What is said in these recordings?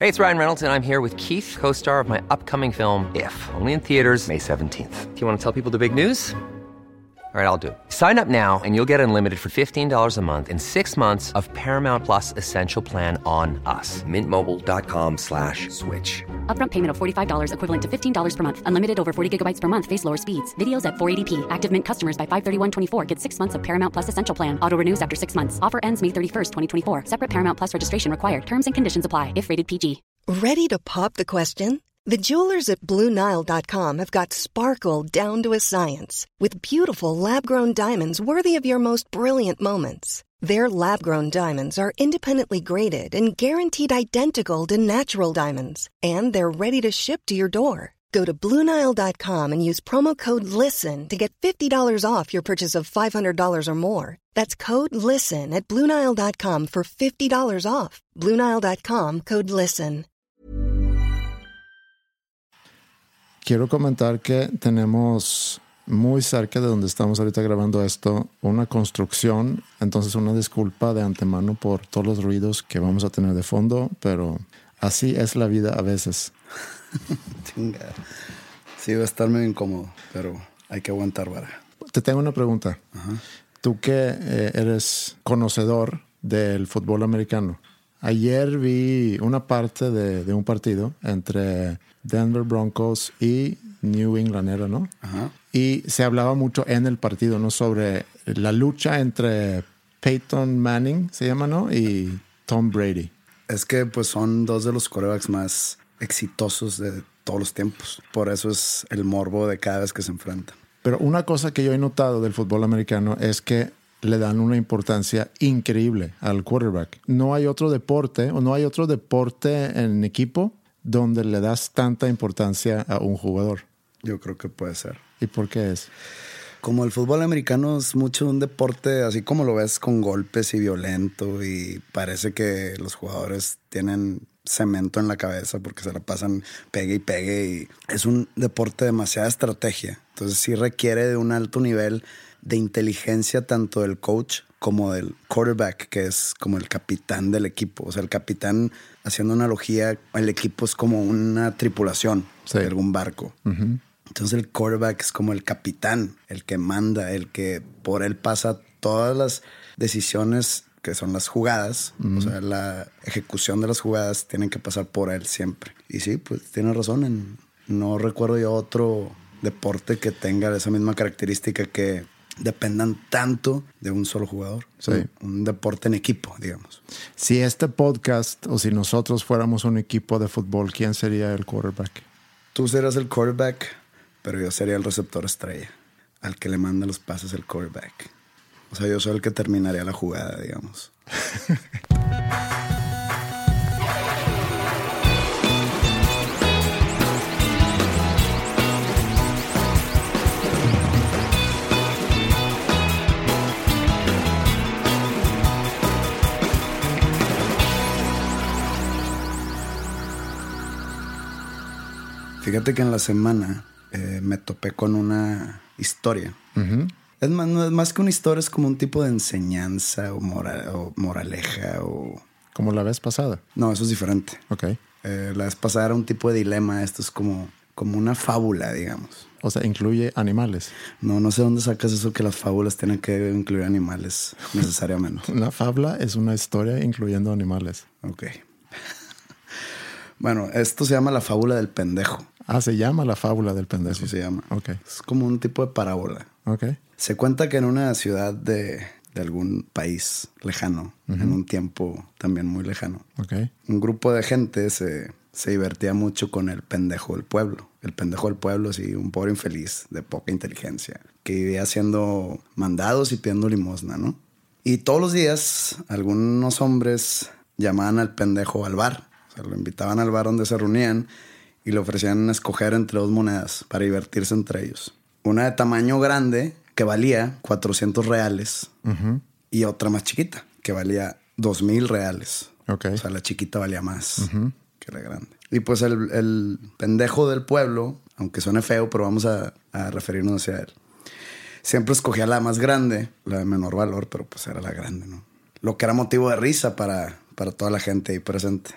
Hey, it's Ryan Reynolds, and I'm here with Keith, co-star of my upcoming film, If, only in theaters May 17th. Do you want to tell people the big news? All right, I'll do it. Sign up now and you'll get unlimited for $15 a month and 6 months of Paramount Plus Essential Plan on us. MintMobile.com/switch. Upfront payment of $45 equivalent to $15 per month. Unlimited over 40 gigabytes per month. Face lower speeds. Videos at 480p. Active Mint customers by 531.24 get 6 months of Paramount Plus Essential Plan. Auto renews after 6 months. Offer ends May 31st, 2024. Separate Paramount Plus registration required. Terms and conditions apply if rated PG. Ready to pop the question? The jewelers at BlueNile.com have got sparkle down to a science with beautiful lab-grown diamonds worthy of your most brilliant moments. Their lab-grown diamonds are independently graded and guaranteed identical to natural diamonds, and they're ready to ship to your door. Go to BlueNile.com and use promo code LISTEN to get $50 off your purchase of $500 or more. That's code LISTEN at BlueNile.com for $50 off. BlueNile.com, code LISTEN. Quiero comentar que tenemos muy cerca de donde estamos ahorita grabando esto una construcción, entonces una disculpa de antemano por todos los ruidos que vamos a tener de fondo, pero así es la vida a veces. Chinga. Sí, va a estar medio incómodo, pero hay que aguantar vara. Te tengo una pregunta. Ajá. Tú que eres conocedor del fútbol americano. Ayer vi una parte de un partido entre Denver Broncos y New England, ¿no? Ajá. Y se hablaba mucho en el partido, ¿no? Sobre la lucha entre Peyton Manning, se llama, ¿no? Y Tom Brady. Es que pues son dos de los quarterbacks más exitosos de todos los tiempos. Por eso es el morbo de cada vez que se enfrentan. Pero una cosa que yo he notado del fútbol americano es que le dan una importancia increíble al quarterback. No hay otro deporte en equipo donde le das tanta importancia a un jugador. Yo creo que puede ser. ¿Y por qué es? Como el fútbol americano es mucho un deporte, así como lo ves, con golpes y violento, y parece que los jugadores tienen cemento en la cabeza porque se la pasan pegue y pegue, y es un deporte de demasiada estrategia. Entonces sí requiere de un alto nivel de inteligencia tanto del coach como del quarterback, que es como el capitán del equipo. O sea, el capitán, haciendo analogía, el equipo es como una tripulación de algún barco. Uh-huh. Entonces el quarterback es como el capitán, el que manda, el que por él pasa todas las decisiones que son las jugadas. Uh-huh. O sea, la ejecución de las jugadas tienen que pasar por él siempre. Y sí, pues tiene razón. No recuerdo yo otro deporte que tenga esa misma característica, que dependan tanto de un solo jugador. Sí. Un deporte en equipo, digamos. Si este podcast o si nosotros fuéramos un equipo de fútbol, ¿quién sería el quarterback? Tú serás el quarterback, pero yo sería el receptor estrella, al que le manda los pases el quarterback. O sea, yo soy el que terminaría la jugada, digamos. Fíjate que en la semana me topé con una historia. Uh-huh. Es más que una historia, es como un tipo de enseñanza o moraleja o... ¿Como la vez pasada? No, eso es diferente. Ok. La vez pasada era un tipo de dilema. Esto es como una fábula, digamos. O sea, incluye animales. No sé dónde sacas eso que las fábulas tienen que incluir animales necesariamente. Una fábula es una historia incluyendo animales. Ok. Bueno, esto se llama la fábula del pendejo. Ah, se llama la fábula del pendejo. Así se llama. Ok. Es como un tipo de parábola. Ok. Se cuenta que en una ciudad de algún país lejano, uh-huh, en un tiempo también muy lejano, okay, un grupo de gente se divertía mucho con el pendejo del pueblo. El pendejo del pueblo, así, un pobre infeliz de poca inteligencia, que vivía haciendo mandados y pidiendo limosna, ¿no? Y todos los días algunos hombres llamaban al pendejo al bar. O sea, lo invitaban al bar donde se reunían y le ofrecían escoger entre 2 monedas para divertirse entre ellos. Una de tamaño grande que valía 400 reales, uh-huh, y otra más chiquita que valía 2,000 reales. Okay. O sea, la chiquita valía más, uh-huh, que la grande. Y pues el pendejo del pueblo, aunque suene feo, pero vamos a referirnos hacia él, siempre escogía la más grande, la de menor valor, pero pues era la grande, ¿no? Lo que era motivo de risa para toda la gente ahí presente.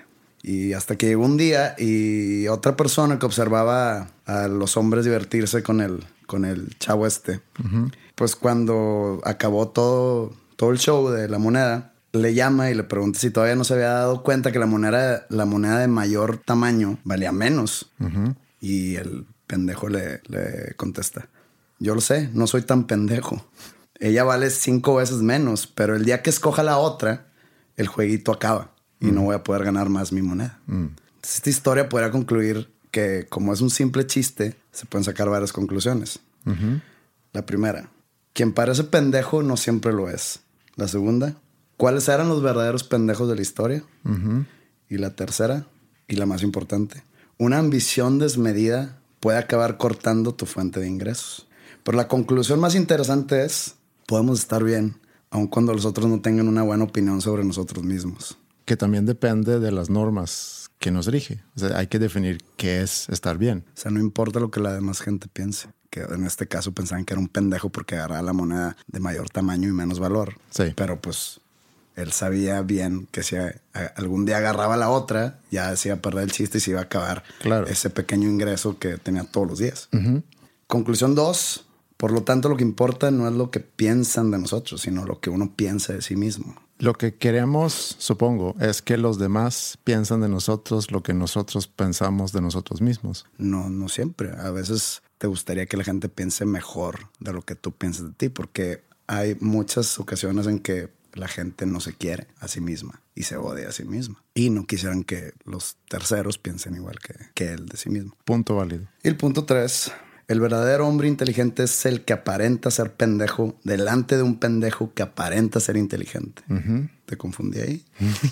Y hasta que llegó un día y otra persona que observaba a los hombres divertirse con el chavo este, pues cuando acabó todo el show de la moneda, le llama y le pregunta si todavía no se había dado cuenta que la moneda de mayor tamaño valía menos. Y el pendejo le contesta: yo lo sé, no soy tan pendejo. Ella vale 5 veces menos, pero el día que escoja la otra, el jueguito acaba y no voy a poder ganar más mi moneda. Entonces, esta historia podría concluir que, como es un simple chiste, se pueden sacar varias conclusiones. La primera: quien parece pendejo no siempre lo es. La segunda: ¿cuáles eran los verdaderos pendejos de la historia? Y la tercera, y la más importante: una ambición desmedida puede acabar cortando tu fuente de ingresos. Pero la conclusión más interesante es: podemos estar bien, aun cuando los otros no tengan una buena opinión sobre nosotros mismos. Que también depende de las normas que nos rige. O sea, hay que definir qué es estar bien. O sea, no importa lo que la demás gente piense. Que en este caso pensaban que era un pendejo porque agarraba la moneda de mayor tamaño y menos valor. Sí. Pero pues él sabía bien que si algún día agarraba la otra, ya se iba a perder el chiste y se iba a acabar ese pequeño ingreso que tenía todos los días. Conclusión 2: por lo tanto, lo que importa no es lo que piensan de nosotros, sino lo que uno piensa de sí mismo. Lo que queremos, supongo, es que los demás piensan de nosotros lo que nosotros pensamos de nosotros mismos. No siempre. A veces te gustaría que la gente piense mejor de lo que tú piensas de ti, porque hay muchas ocasiones en que la gente no se quiere a sí misma y se odia a sí misma. Y no quisieran que los terceros piensen igual que él de sí mismo. Punto válido. Y el punto 3: el verdadero hombre inteligente es el que aparenta ser pendejo delante de un pendejo que aparenta ser inteligente. ¿Te confundí ahí?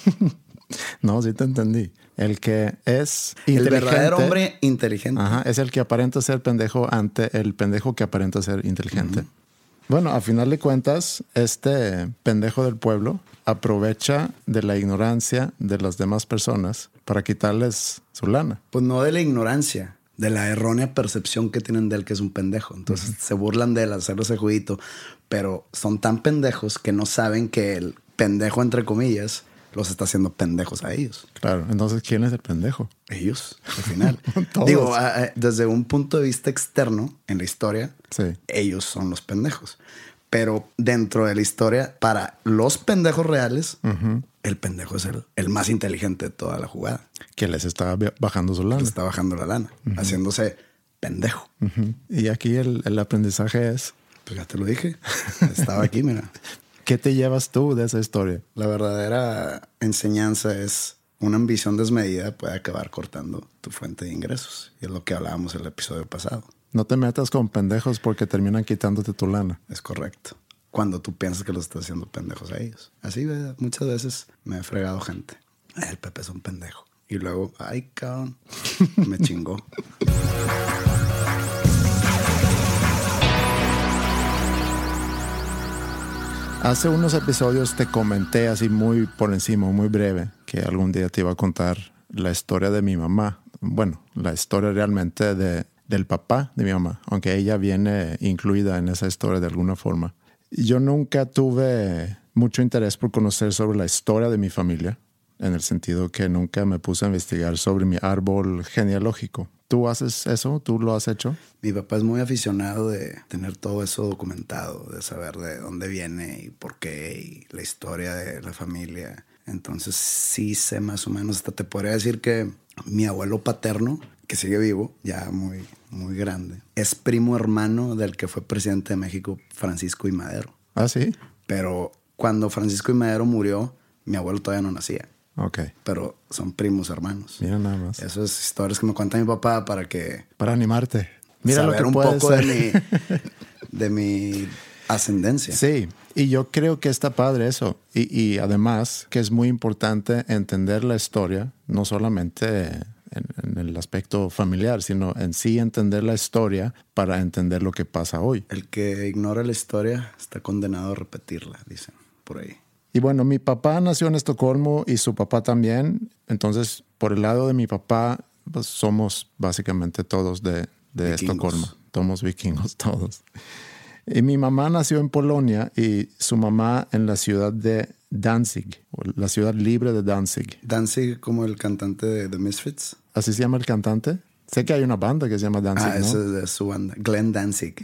No, sí te entendí. El que es inteligente. El verdadero hombre inteligente. Es el que aparenta ser pendejo ante el pendejo que aparenta ser inteligente. Bueno, a final de cuentas, este pendejo del pueblo aprovecha de la ignorancia de las demás personas para quitarles su lana. Pues no de la ignorancia, de la errónea percepción que tienen de él que es un pendejo. Entonces se burlan de él, hacerle ese jueguito, pero son tan pendejos que no saben que el pendejo, entre comillas, los está haciendo pendejos a ellos. Claro, entonces ¿quién es el pendejo? Ellos, al final. Todos. Digo, desde un punto de vista externo en la historia, sí, ellos son los pendejos. Pero dentro de la historia, para los pendejos reales, el pendejo es el más inteligente de toda la jugada. Que les está bajando su lana. Les está bajando la lana, haciéndose pendejo. Y aquí el aprendizaje es... Pues ya te lo dije. Estaba aquí, mira. ¿Qué te llevas tú de esa historia? La verdadera enseñanza es: una ambición desmedida puede acabar cortando tu fuente de ingresos. Y es lo que hablábamos en el episodio pasado. No te metas con pendejos porque terminan quitándote tu lana. Es correcto. Cuando tú piensas que los estás haciendo pendejos a ellos. Así, ¿verdad? Muchas veces me he fregado gente. El Pepe es un pendejo. Y luego, ay, cabrón, me chingó. Hace unos episodios te comenté así muy por encima, muy breve, que algún día te iba a contar la historia de mi mamá. Bueno, la historia realmente del papá de mi mamá, aunque ella viene incluida en esa historia de alguna forma. Yo nunca tuve mucho interés por conocer sobre la historia de mi familia, en el sentido que nunca me puse a investigar sobre mi árbol genealógico. ¿Tú haces eso? ¿Tú lo has hecho? Mi papá es muy aficionado de tener todo eso documentado, de saber de dónde viene y por qué y la historia de la familia. Entonces sí sé más o menos, hasta te podría decir que mi abuelo paterno, que sigue vivo, ya muy, muy grande, es primo hermano del que fue presidente de México, Francisco I. Madero. ¿Ah, sí? Pero cuando Francisco I. Madero murió, mi abuelo todavía no nacía. Ok. Pero son primos hermanos. Mira nada más. Esas historias que me cuenta mi papá para animarte. Mira saber lo que un puedes poco ser. de mi ascendencia. Sí, y yo creo que está padre eso. Y además que es muy importante entender la historia, no solamente en el aspecto familiar, sino en sí entender la historia para entender lo que pasa hoy. El que ignora la historia está condenado a repetirla, dicen por ahí. Y bueno, mi papá nació en Estocolmo y su papá también. Entonces, por el lado de mi papá, pues somos básicamente todos de Estocolmo. Somos vikingos todos. Y mi mamá nació en Polonia y su mamá en la ciudad de Danzig, o la ciudad libre de Danzig. Danzig como el cantante de The Misfits. ¿Así se llama el cantante? Sé que hay una banda que se llama Danzig, ¿no? Esa es su banda, Glenn Danzig.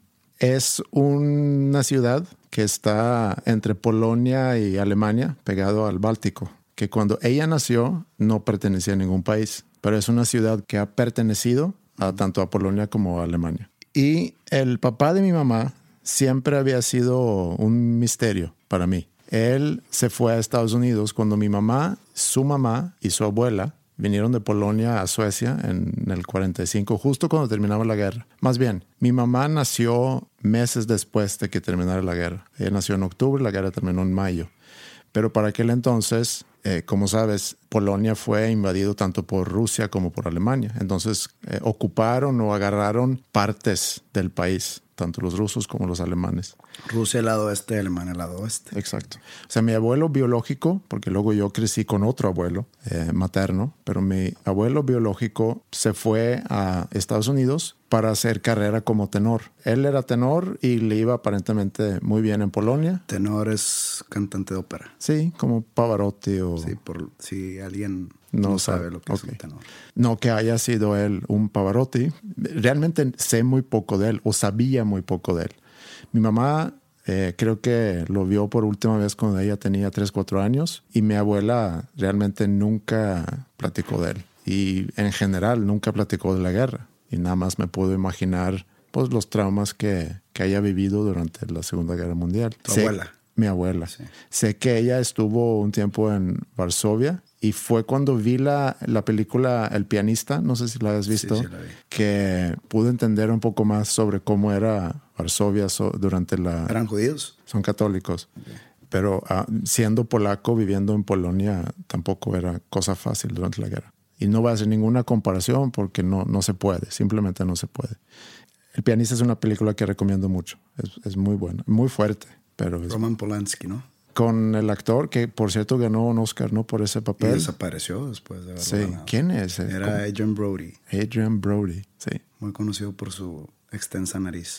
Es una ciudad que está entre Polonia y Alemania, pegado al Báltico, que cuando ella nació no pertenecía a ningún país, pero es una ciudad que ha pertenecido tanto a Polonia como a Alemania. Y el papá de mi mamá siempre había sido un misterio para mí. Él se fue a Estados Unidos cuando mi mamá, su mamá y su abuela vinieron de Polonia a Suecia en el 45, justo cuando terminaba la guerra. Más bien, mi mamá nació meses después de que terminara la guerra. Ella nació en octubre, la guerra terminó en mayo. Pero para aquel entonces, como sabes, Polonia fue invadido tanto por Rusia como por Alemania. Entonces, ocuparon o agarraron partes del país, tanto los rusos como los alemanes. Rusia el lado este, Alemania el lado oeste. Exacto. O sea, mi abuelo biológico, porque luego yo crecí con otro abuelo materno, pero mi abuelo biológico se fue a Estados Unidos para hacer carrera como tenor. Él era tenor y le iba aparentemente muy bien en Polonia. Tenor es cantante de ópera. Sí, como Pavarotti o... Sí, por si alguien no sabe lo que es un tenor. No que haya sido él un Pavarotti. Realmente sé muy poco de él o sabía muy poco de él. Mi mamá creo que lo vio por última vez cuando ella tenía 3, 4 años y mi abuela realmente nunca platicó de él. Y en general nunca platicó de la guerra. Y nada más me puedo imaginar pues, los traumas que haya vivido durante la Segunda Guerra Mundial. ¿Tu abuela? Mi abuela. Sí. Sé que ella estuvo un tiempo en Varsovia y fue cuando vi la película El pianista, no sé si la has visto, sí, la vi. Que pude entender un poco más sobre cómo era Varsovia durante la... ¿Eran judíos? Son católicos. Okay. Pero siendo polaco, viviendo en Polonia, tampoco era cosa fácil durante la guerra. Y no voy a hacer ninguna comparación porque no se puede, simplemente no se puede. El pianista es una película que recomiendo mucho, es muy buena, muy fuerte. Pero Roman Polanski, ¿no? Con el actor que, por cierto, ganó un Oscar, ¿no? Por ese papel. Y desapareció después de haberlo ganado. ¿Quién es? Era Adrian Brody. Adrian Brody, sí. Muy conocido por su extensa nariz.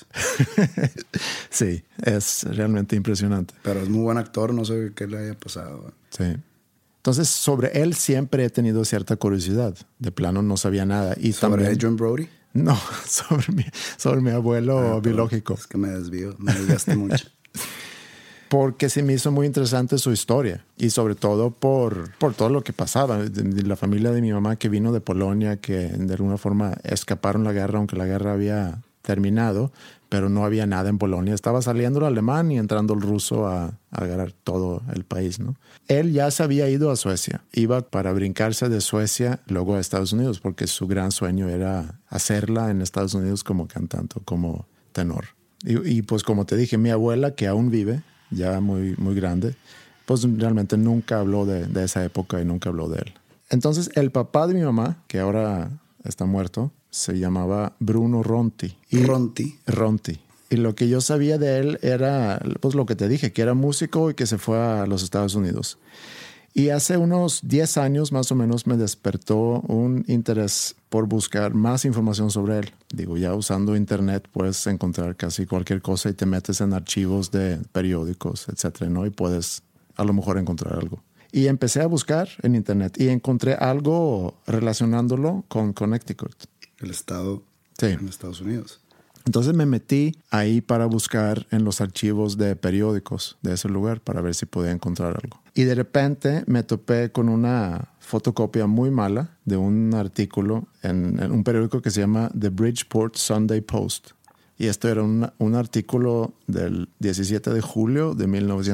Sí, es realmente impresionante. Pero es muy buen actor, no sé qué le haya pasado. Sí. Entonces, sobre él siempre he tenido cierta curiosidad. De plano no sabía nada. Y ¿Sobre también, Adrian Brody? No, sobre mi abuelo biológico. Es que me desviaste mucho. Porque se me hizo muy interesante su historia y sobre todo por todo lo que pasaba. De la familia de mi mamá que vino de Polonia, que de alguna forma escaparon la guerra, aunque la guerra había terminado, pero no había nada en Polonia. Estaba saliendo el alemán y entrando el ruso a agarrar todo el país, ¿no? Él ya se había ido a Suecia. Iba para brincarse de Suecia luego a Estados Unidos porque su gran sueño era hacerla en Estados Unidos como cantante, como tenor. Y pues como te dije, mi abuela, que aún vive, ya muy, muy grande, pues realmente nunca habló de esa época y nunca habló de él. Entonces, el papá de mi mamá, que ahora está muerto, se llamaba Bruno Ronti. Ronti. Y lo que yo sabía de él era, pues lo que te dije, que era músico y que se fue a los Estados Unidos. Y hace unos 10 años más o menos me despertó un interés por buscar más información sobre él. Digo, ya usando internet puedes encontrar casi cualquier cosa y te metes en archivos de periódicos, etcétera, ¿no? Y puedes a lo mejor encontrar algo. Y empecé a buscar en internet y encontré algo relacionándolo con Connecticut. El estado en Estados Unidos. Entonces me metí ahí para buscar en los archivos de periódicos de ese lugar para ver si podía encontrar algo. Y de repente me topé con una fotocopia muy mala de un artículo en un periódico que se llama The Bridgeport Sunday Post. Y esto era un artículo del 17 de julio de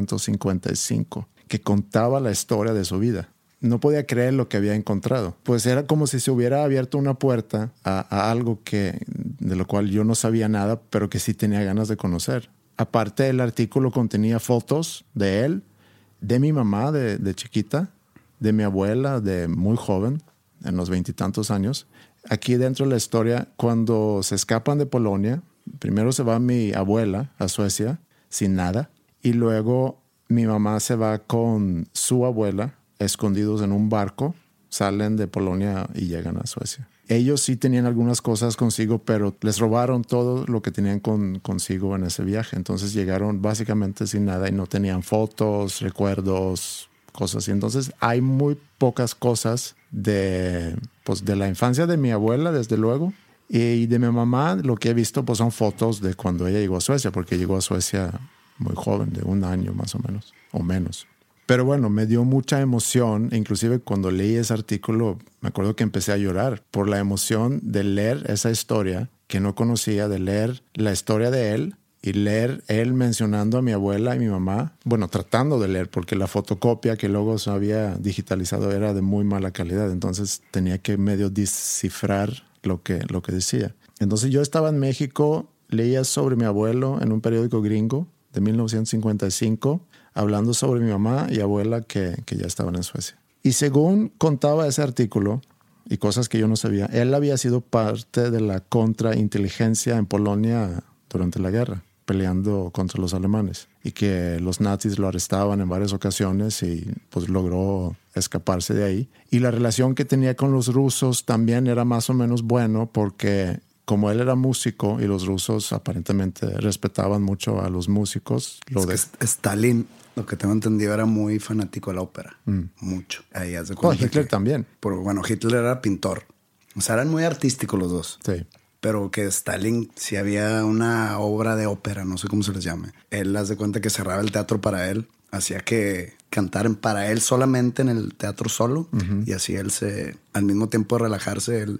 1955 que contaba la historia de su vida. No podía creer lo que había encontrado. Pues era como si se hubiera abierto una puerta a algo de lo cual yo no sabía nada, pero que sí tenía ganas de conocer. Aparte, el artículo contenía fotos de él, de mi mamá de chiquita, de mi abuela de muy joven, en los 20 y tantos años. Aquí dentro de la historia, cuando se escapan de Polonia, primero se va mi abuela a Suecia sin nada y luego mi mamá se va con su abuela escondidos en un barco salen de Polonia y llegan a Suecia. Ellos sí tenían algunas cosas consigo, pero les robaron todo lo que tenían consigo en ese viaje. Entonces llegaron básicamente sin nada y no tenían fotos, recuerdos, cosas así. Entonces hay muy pocas cosas de la infancia de mi abuela, desde luego. Y de mi mamá, lo que he visto pues son fotos de cuando ella llegó a Suecia, porque llegó a Suecia muy joven, de 1 año más o menos, o menos. Pero bueno, me dio mucha emoción, inclusive cuando leí ese artículo, me acuerdo que empecé a llorar por la emoción de leer esa historia que no conocía, de leer la historia de él y leer él mencionando a mi abuela y mi mamá. Bueno, tratando de leer, porque la fotocopia que luego se había digitalizado era de muy mala calidad, entonces tenía que medio descifrar lo que decía. Entonces yo estaba en México, leía sobre mi abuelo en un periódico gringo de 1955, hablando sobre mi mamá y abuela que ya estaban en Suecia. Y según contaba ese artículo, y cosas que yo no sabía, él había sido parte de la contrainteligencia en Polonia durante la guerra, peleando contra los alemanes, y que los nazis lo arrestaban en varias ocasiones y pues logró escaparse de ahí. Y la relación que tenía con los rusos también era más o menos bueno, porque como él era músico y los rusos aparentemente respetaban mucho a los músicos. Stalin, lo que tengo entendido, era muy fanático de la ópera. Mucho. Ahí haz de cuenta Hitler también. Bueno, Hitler era pintor. O sea, eran muy artísticos los dos. Sí. Pero que Stalin, si había una obra de ópera, no sé cómo se les llame, él haz de cuenta que cerraba el teatro para él, hacía que cantaran para él solamente en el teatro solo, y así él al mismo tiempo de relajarse, él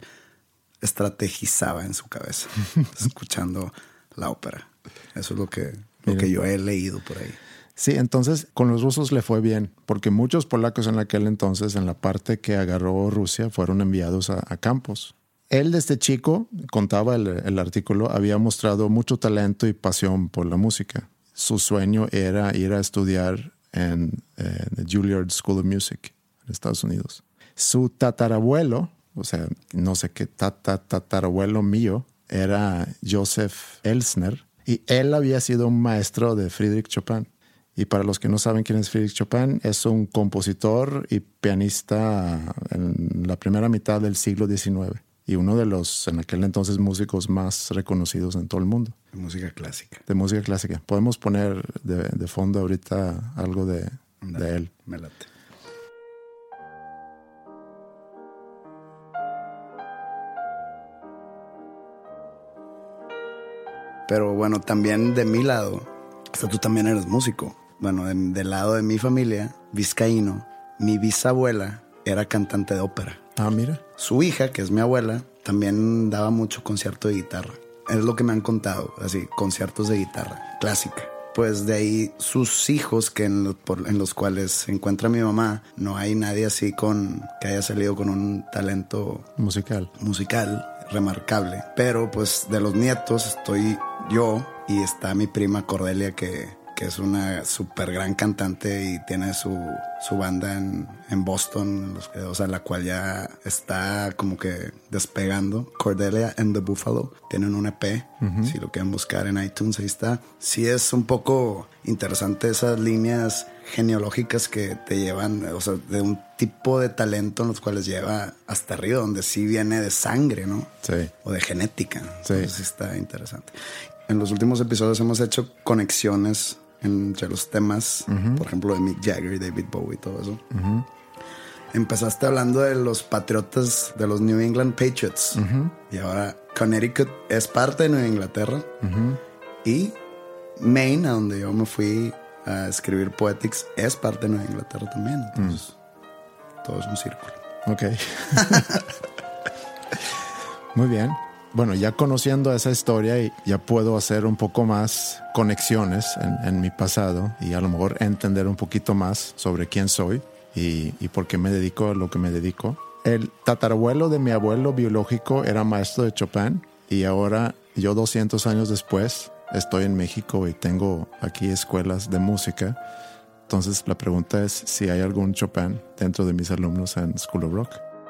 estrategizaba en su cabeza, escuchando la ópera. Eso es lo que yo he leído por ahí. Sí, entonces con los rusos le fue bien, porque muchos polacos en aquel entonces, en la parte que agarró Rusia, fueron enviados a campos. Él desde chico, contaba el artículo, había mostrado mucho talento y pasión por la música. Su sueño era ir a estudiar en the Juilliard School of Music en Estados Unidos. Su tatarabuelo, o sea, no sé qué tatarabuelo mío, era Joseph Elsner, y él había sido un maestro de Frédéric Chopin. Y para los que no saben quién es Frédéric Chopin, es un compositor y pianista en la primera mitad del siglo XIX. Y uno de los, en aquel entonces, músicos más reconocidos en todo el mundo. De música clásica. De música clásica. Podemos poner de fondo ahorita algo de él. Me late. Pero bueno, también de mi lado, hasta tú también eres músico. Bueno, del lado de mi familia, vizcaíno, mi bisabuela era cantante de ópera. Ah, mira. Su hija, que es mi abuela, también daba mucho concierto de guitarra. Es lo que me han contado, así, conciertos de guitarra clásica. Pues de ahí sus hijos, que en los cuales se encuentra mi mamá, no hay nadie así que haya salido con un talento musical remarcable. Pero pues de los nietos estoy yo y está mi prima Cordelia, que es una súper gran cantante y tiene su banda en Boston, o sea, la cual ya está como que despegando. Cordelia and the Buffalo tienen un EP, si lo quieren buscar en iTunes, ahí está. Sí es un poco interesante esas líneas genealógicas que te llevan, o sea, de un tipo de talento en los cuales lleva hasta arriba, donde sí viene de sangre, ¿no? Sí. O de genética. Sí. Entonces sí está interesante. En los últimos episodios hemos hecho conexiones entre los temas, por ejemplo, de Mick Jagger y David Bowie y todo eso. Empezaste hablando de los patriotas de los New England Patriots, y ahora Connecticut es parte de Nueva Inglaterra, y Maine, a donde yo me fui a escribir Poetics, es parte de Nueva Inglaterra también. Entonces, todo es un círculo. Ok. Muy bien. Bueno, ya conociendo esa historia, ya puedo hacer un poco más conexiones en mi pasado y a lo mejor entender un poquito más sobre quién soy y por qué me dedico a lo que me dedico. El tatarabuelo de mi abuelo biológico era maestro de Chopin, y ahora yo 200 años después estoy en México y tengo aquí escuelas de música. Entonces la pregunta es si hay algún Chopin dentro de mis alumnos en School of Rock.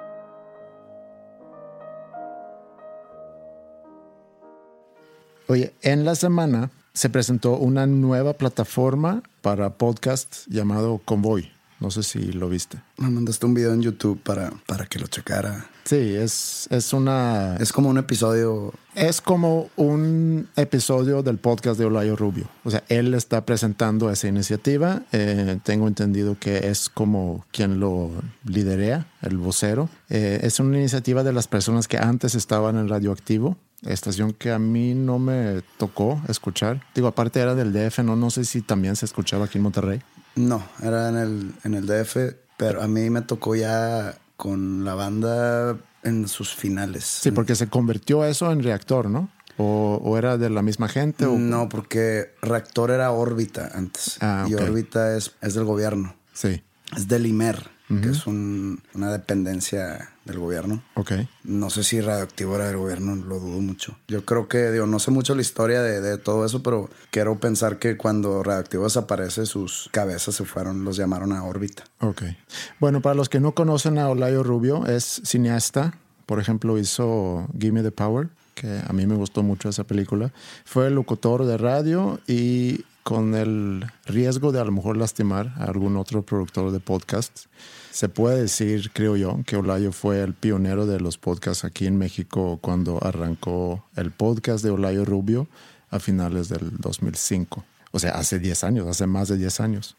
Oye, en la semana se presentó una nueva plataforma para podcast llamado Convoy. No sé si lo viste. Me mandaste un video en YouTube para que lo checara. Sí, es una... Es como un episodio... Es como un episodio del podcast de Olayo Rubio. O sea, él está presentando esa iniciativa. Tengo entendido que es como quien lo liderea, el vocero. Es una iniciativa de las personas que antes estaban en Radioactivo, estación que a mí no me tocó escuchar. Digo, aparte era del DF, no sé si también se escuchaba aquí en Monterrey. No, era en el DF, pero a mí me tocó ya con la banda en sus finales. Sí, porque se convirtió eso en Reactor, ¿no? ¿O era de la misma gente? ¿O? No, porque Reactor era Órbita antes. Y okay. Órbita es del gobierno. Sí. Es del IMER, que es una dependencia del gobierno. Okay. No sé si Radioactivo era del gobierno, lo dudo mucho. Yo creo que, no sé mucho la historia de todo eso, pero quiero pensar que cuando Radioactivo desaparece, sus cabezas los llamaron a órbita. Ok. Bueno, para los que no conocen a Olayo Rubio, es cineasta. Por ejemplo, hizo Give Me the Power, que a mí me gustó mucho esa película. Fue locutor de radio y con el riesgo de a lo mejor lastimar a algún otro productor de podcasts, se puede decir, creo yo, que Olayo fue el pionero de los podcasts aquí en México cuando arrancó el podcast de Olayo Rubio a finales del 2005. O sea, hace 10 años, hace más de 10 años.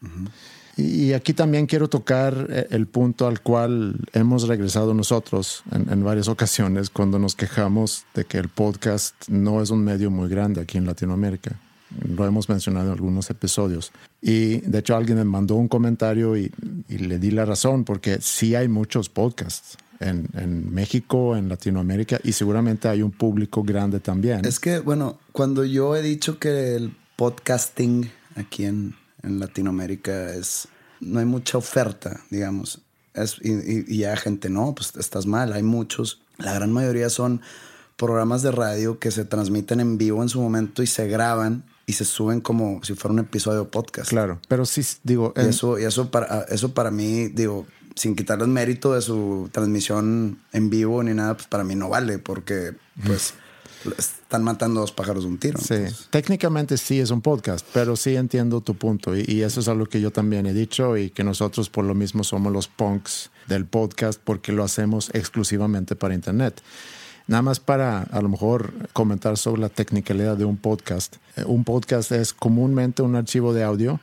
Y aquí también quiero tocar el punto al cual hemos regresado nosotros en varias ocasiones cuando nos quejamos de que el podcast no es un medio muy grande aquí en Latinoamérica. Lo hemos mencionado en algunos episodios. Y de hecho alguien me mandó un comentario y le di la razón porque sí hay muchos podcasts en México, en Latinoamérica, y seguramente hay un público grande también. Es que, bueno, cuando yo he dicho que el podcasting aquí en Latinoamérica no hay mucha oferta, digamos. Y ya gente, no, pues estás mal, hay muchos. La gran mayoría son programas de radio que se transmiten en vivo en su momento y se graban y se suben como si fuera un episodio de podcast. Claro, pero sí, digo... Y eso para mí, digo, sin quitarles mérito de su transmisión en vivo ni nada, pues para mí no vale porque, pues... están matando dos pájaros de un tiro. Sí, entonces, técnicamente sí es un podcast, pero sí entiendo tu punto y eso es algo que yo también he dicho y que nosotros por lo mismo somos los punks del podcast porque lo hacemos exclusivamente para internet. Nada más para a lo mejor comentar sobre la tecnicalidad de un podcast. Un podcast es comúnmente un archivo de audio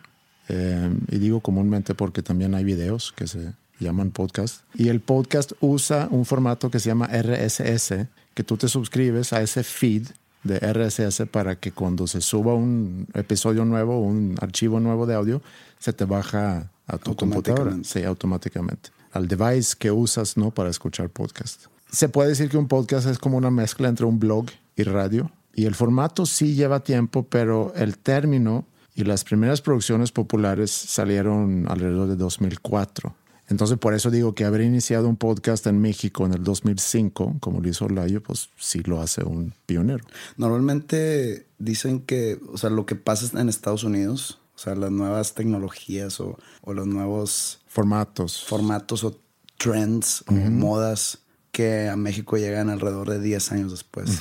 y digo comúnmente porque también hay videos que se llaman podcast y el podcast usa un formato que se llama RSS, que tú te suscribes a ese feed de RSS para que cuando se suba un episodio nuevo, un archivo nuevo de audio, se te baja a tu computadora. Sí, automáticamente. Al device que usas, ¿no? Para escuchar podcast. Se puede decir que un podcast es como una mezcla entre un blog y radio. Y el formato sí lleva tiempo, pero el término y las primeras producciones populares salieron alrededor de 2004. Entonces, por eso digo que haber iniciado un podcast en México en el 2005, como lo hizo Olayo, pues sí lo hace un pionero. Normalmente dicen que, o sea, lo que pasa en Estados Unidos, o sea, las nuevas tecnologías o los nuevos formatos o trends o modas que a México llegan alrededor de 10 años después.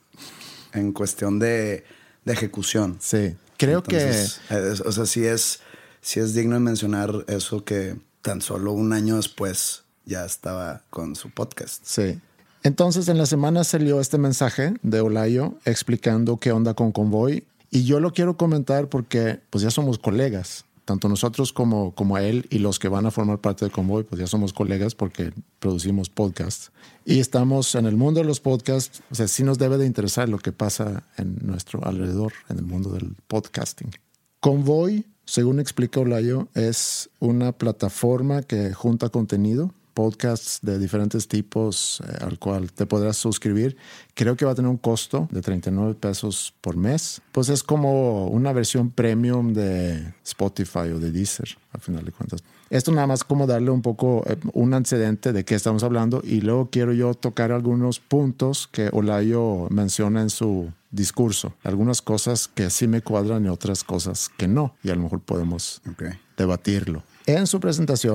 En cuestión de ejecución. Sí, creo. Entonces, que... o sea, sí es digno de mencionar eso que... tan solo un año después ya estaba con su podcast. Sí. Entonces en la semana salió este mensaje de Olayo explicando qué onda con Convoy. Y yo lo quiero comentar porque pues ya somos colegas. Tanto nosotros como él y los que van a formar parte de Convoy, pues ya somos colegas porque producimos podcasts. Y estamos en el mundo de los podcasts. O sea, sí nos debe de interesar lo que pasa en nuestro alrededor, en el mundo del podcasting. Convoy, según explica Olayo, es una plataforma que junta contenido, podcasts de diferentes tipos al cual te podrás suscribir. Creo que va a tener un costo de $39 por mes. Pues es como una versión premium de Spotify o de Deezer, al final de cuentas. Esto nada más como darle un poco un antecedente de qué estamos hablando y luego quiero yo tocar algunos puntos que Olayo menciona en su discurso. Algunas cosas que sí me cuadran y otras cosas que no. Y a lo mejor podemos debatirlo. En su presentación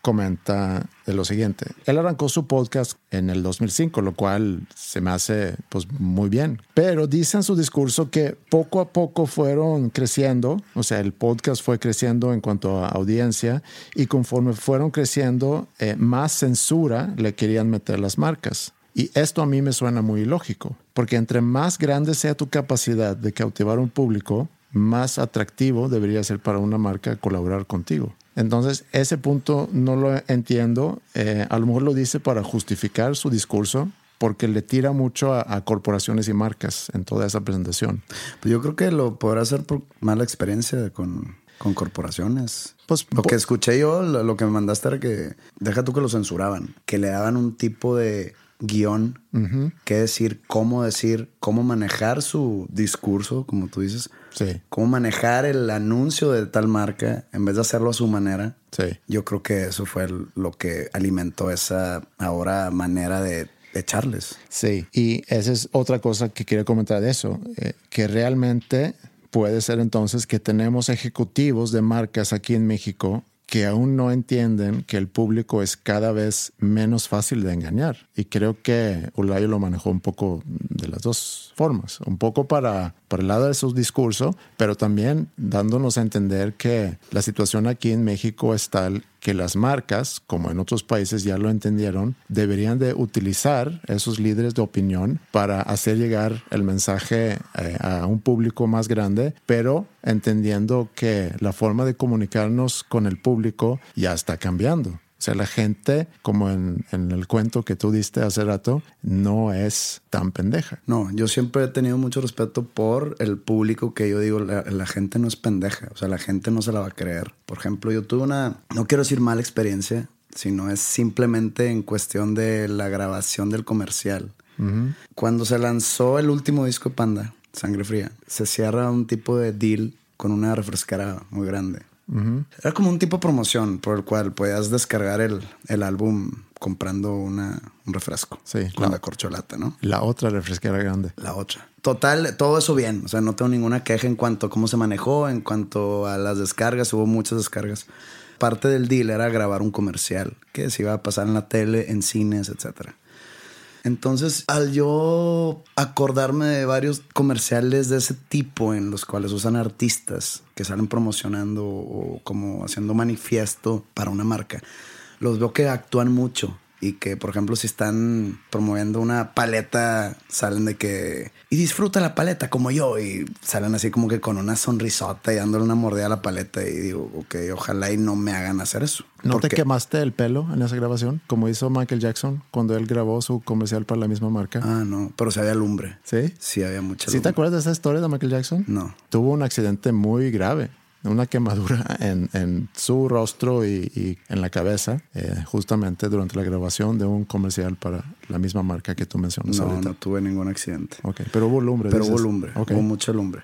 comenta lo siguiente. Él arrancó su podcast en el 2005, lo cual se me hace pues muy bien. Pero dice en su discurso que poco a poco fueron creciendo, o sea, el podcast fue creciendo en cuanto a audiencia y conforme fueron creciendo, más censura le querían meter las marcas. Y esto a mí me suena muy lógico, porque entre más grande sea tu capacidad de cautivar un público, más atractivo debería ser para una marca colaborar contigo. Entonces, ese punto no lo entiendo. A lo mejor lo dice para justificar su discurso, porque le tira mucho a corporaciones y marcas en toda esa presentación. Pues yo creo que lo podrá hacer por mala experiencia con corporaciones. Pues, lo que escuché yo, lo que me mandaste era que, deja tú que lo censuraban, que le daban un tipo de guión, qué decir, cómo manejar su discurso, como tú dices. Sí. Cómo manejar el anuncio de tal marca en vez de hacerlo a su manera. Sí. Yo creo que eso fue lo que alimentó esa ahora manera de echarles. Sí, y esa es otra cosa que quería comentar de eso, que realmente puede ser entonces que tenemos ejecutivos de marcas aquí en México que aún no entienden que el público es cada vez menos fácil de engañar. Y creo que Olayo lo manejó un poco de las dos formas. Un poco para el lado de su discurso, pero también dándonos a entender que la situación aquí en México es tal que las marcas, como en otros países ya lo entendieron, deberían de utilizar esos líderes de opinión para hacer llegar el mensaje a un público más grande, pero entendiendo que la forma de comunicarnos con el público ya está cambiando. O sea, la gente, como en el cuento que tú diste hace rato, no es tan pendeja. No, yo siempre he tenido mucho respeto por el público, que yo digo, la gente no es pendeja. O sea, la gente no se la va a creer. Por ejemplo, yo tuve no quiero decir mala experiencia, sino es simplemente en cuestión de la grabación del comercial. Uh-huh. Cuando se lanzó el último disco de Panda, Sangre Fría, se cierra un tipo de deal con una refresquera muy grande. Uh-huh. Era como un tipo de promoción por el cual podías descargar el álbum comprando un refresco. Sí, con la corcholata, ¿no? La otra refresquera grande. La otra. Total, todo eso bien. O sea, no tengo ninguna queja en cuanto a cómo se manejó, en cuanto a las descargas. Hubo muchas descargas. Parte del deal era grabar un comercial que se iba a pasar en la tele, en cines, etcétera. Entonces, al yo acordarme de varios comerciales de ese tipo en los cuales usan artistas que salen promocionando o como haciendo manifiesto para una marca, los veo que actúan mucho y que, por ejemplo, si están promoviendo una paleta, salen de que y disfruta la paleta como yo, y salen así como que con una sonrisota y dándole una mordida a la paleta, y digo, ok, ojalá y no me hagan hacer eso. ¿No te quemaste el pelo en esa grabación? Como hizo Michael Jackson cuando él grabó su comercial para la misma marca. Ah, no, pero sí había lumbre. ¿Sí? Sí, había mucha lumbre. ¿Sí te acuerdas de esa historia de Michael Jackson? No. Tuvo un accidente muy grave. Una quemadura en su rostro y en la cabeza, justamente durante la grabación de un comercial para la misma marca que tú mencionas ahorita. No tuve ningún accidente. Okay, pero hubo lumbre. Pero hubo lumbre, okay. Hubo mucha lumbre.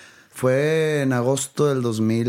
Fue en agosto del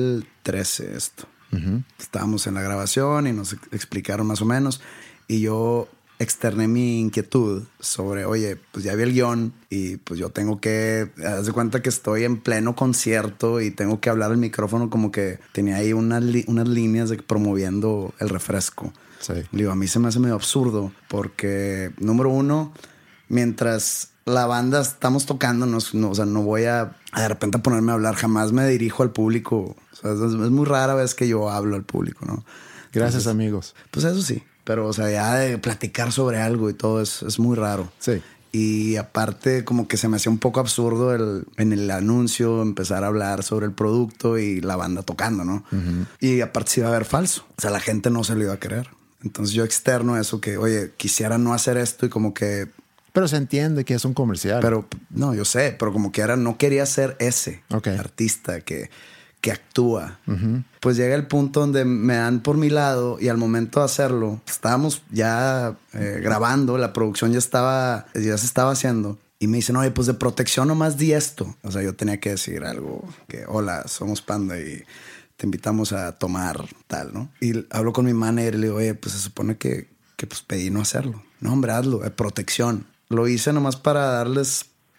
2013 esto. Uh-huh. Estábamos en la grabación y nos explicaron más o menos, y yo externé mi inquietud sobre, oye, pues ya vi el guión y pues yo tengo que, haz de cuenta que estoy en pleno concierto y tengo que hablar al micrófono, como que tenía ahí unas líneas de promoviendo el refresco. Sí. Digo, a mí se me hace medio absurdo porque, número uno, mientras la banda estamos tocando, o sea, no voy a de repente ponerme a hablar, jamás me dirijo al público. O sea, es muy rara vez que yo hablo al público, ¿no? Gracias, amigos. Pues eso sí. Pero, o sea, ya de platicar sobre algo y todo es muy raro. Sí. Y aparte, como que se me hacía un poco absurdo en el anuncio empezar a hablar sobre el producto y la banda tocando, ¿no? Uh-huh. Y aparte se iba a ver falso. O sea, la gente no se lo iba a creer. Entonces yo externo eso que, oye, quisiera no hacer esto, y como que... Pero se entiende que es un comercial. Pero, no, yo sé, pero como que no quería ser ese artista que actúa. Uh-huh. Pues llega el punto donde me dan por mi lado, y al momento de hacerlo, estábamos ya grabando, la producción ya se estaba haciendo, y me dicen, oye, pues de protección nomás di esto. O sea, yo tenía que decir algo que, hola, somos Panda y te invitamos a tomar tal, ¿no? Y hablo con mi manager y le digo, oye, pues se supone que pues pedí no hacerlo. No, hombre, hazlo, de protección. Lo hice nomás para darles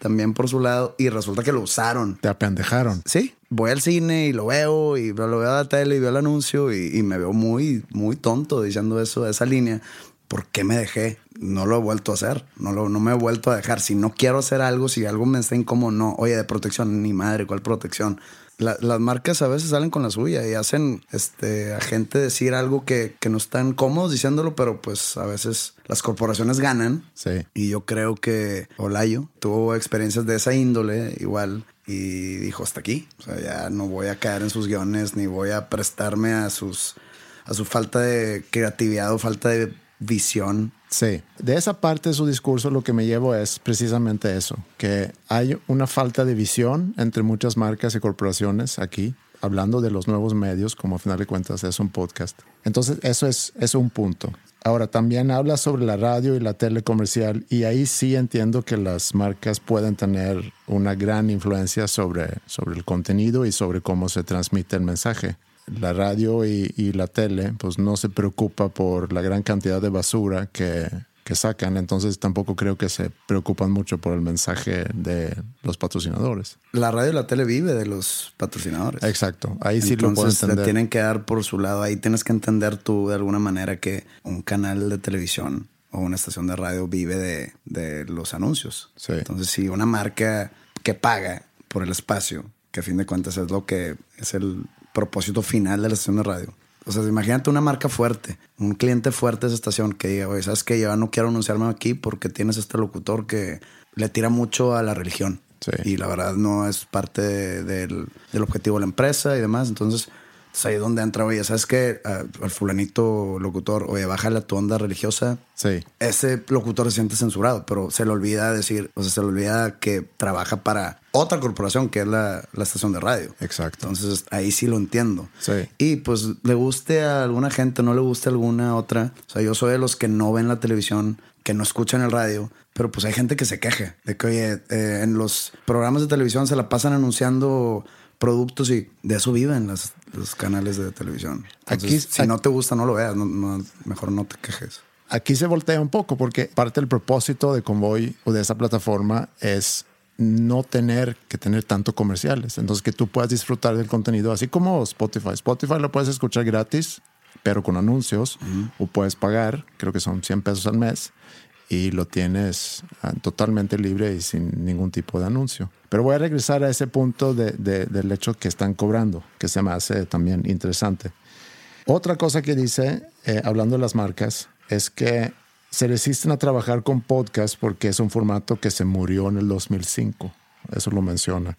también por su lado, y resulta que lo usaron. Te apendejaron. Sí, voy al cine y lo veo a la tele y veo el anuncio y me veo muy, muy tonto diciendo eso, esa línea. ¿Por qué me dejé? No lo he vuelto a hacer. No me he vuelto a dejar. Si no quiero hacer algo, si algo me está incómodo, no. Oye, de protección, ni madre, ¿cuál protección? Las marcas a veces salen con la suya y hacen a gente decir algo que no están cómodos diciéndolo, pero pues a veces las corporaciones ganan. Sí. Y yo creo que Olayo tuvo experiencias de esa índole igual y dijo hasta aquí. O sea, ya no voy a caer en sus guiones ni voy a prestarme a su falta de creatividad o falta de visión. Sí, de esa parte de su discurso lo que me llevo es precisamente eso, que hay una falta de visión entre muchas marcas y corporaciones aquí, hablando de los nuevos medios, como a final de cuentas es un podcast. Entonces eso es un punto. Ahora, también habla sobre la radio y la tele comercial y ahí sí entiendo que las marcas pueden tener una gran influencia sobre el contenido y sobre cómo se transmite el mensaje. La radio y la tele pues no se preocupa por la gran cantidad de basura que sacan, entonces tampoco creo que se preocupan mucho por el mensaje de los patrocinadores. La radio y la tele vive de los patrocinadores. Exacto, ahí sí lo puedo entender. Le tienen que dar por su lado, ahí tienes que entender tú de alguna manera que un canal de televisión o una estación de radio vive de los anuncios. Sí. Entonces si una marca que paga por el espacio, que a fin de cuentas es lo que es el propósito final de la estación de radio. O sea, imagínate una marca fuerte, un cliente fuerte de esa estación que diga, oye, ¿sabes qué? Yo no quiero anunciarme aquí porque tienes este locutor que le tira mucho a la religión. Sí. Y la verdad no es parte del objetivo de la empresa y demás. Entonces ahí es donde entra, oye, ¿sabes qué? Al fulanito locutor, oye, bájale a tu onda religiosa. Sí. Ese locutor se siente censurado, pero se le olvida decir, o sea, se le olvida que trabaja para otra corporación que es la estación de radio. Exacto. Entonces ahí sí lo entiendo. Sí. Y pues le guste a alguna gente, no le guste a alguna otra. O sea, yo soy de los que no ven la televisión, que no escuchan el radio, pero pues hay gente que se queja de que, oye, en los programas de televisión se la pasan anunciando productos y de eso viven los canales de televisión. Entonces, si no te gusta, no lo veas. Mejor no te quejes. Aquí se voltea un poco porque parte del propósito de Convoy o de esa plataforma es no tener que tener tanto comerciales. Entonces que tú puedas disfrutar del contenido así como Spotify. Spotify lo puedes escuchar gratis, pero con anuncios, o puedes pagar, creo que son $100 al mes, y lo tienes totalmente libre y sin ningún tipo de anuncio. Pero voy a regresar a ese punto del hecho que están cobrando, que se me hace también interesante. Otra cosa que dice, hablando de las marcas, es que se resisten a trabajar con podcast porque es un formato que se murió en el 2005. Eso lo menciona.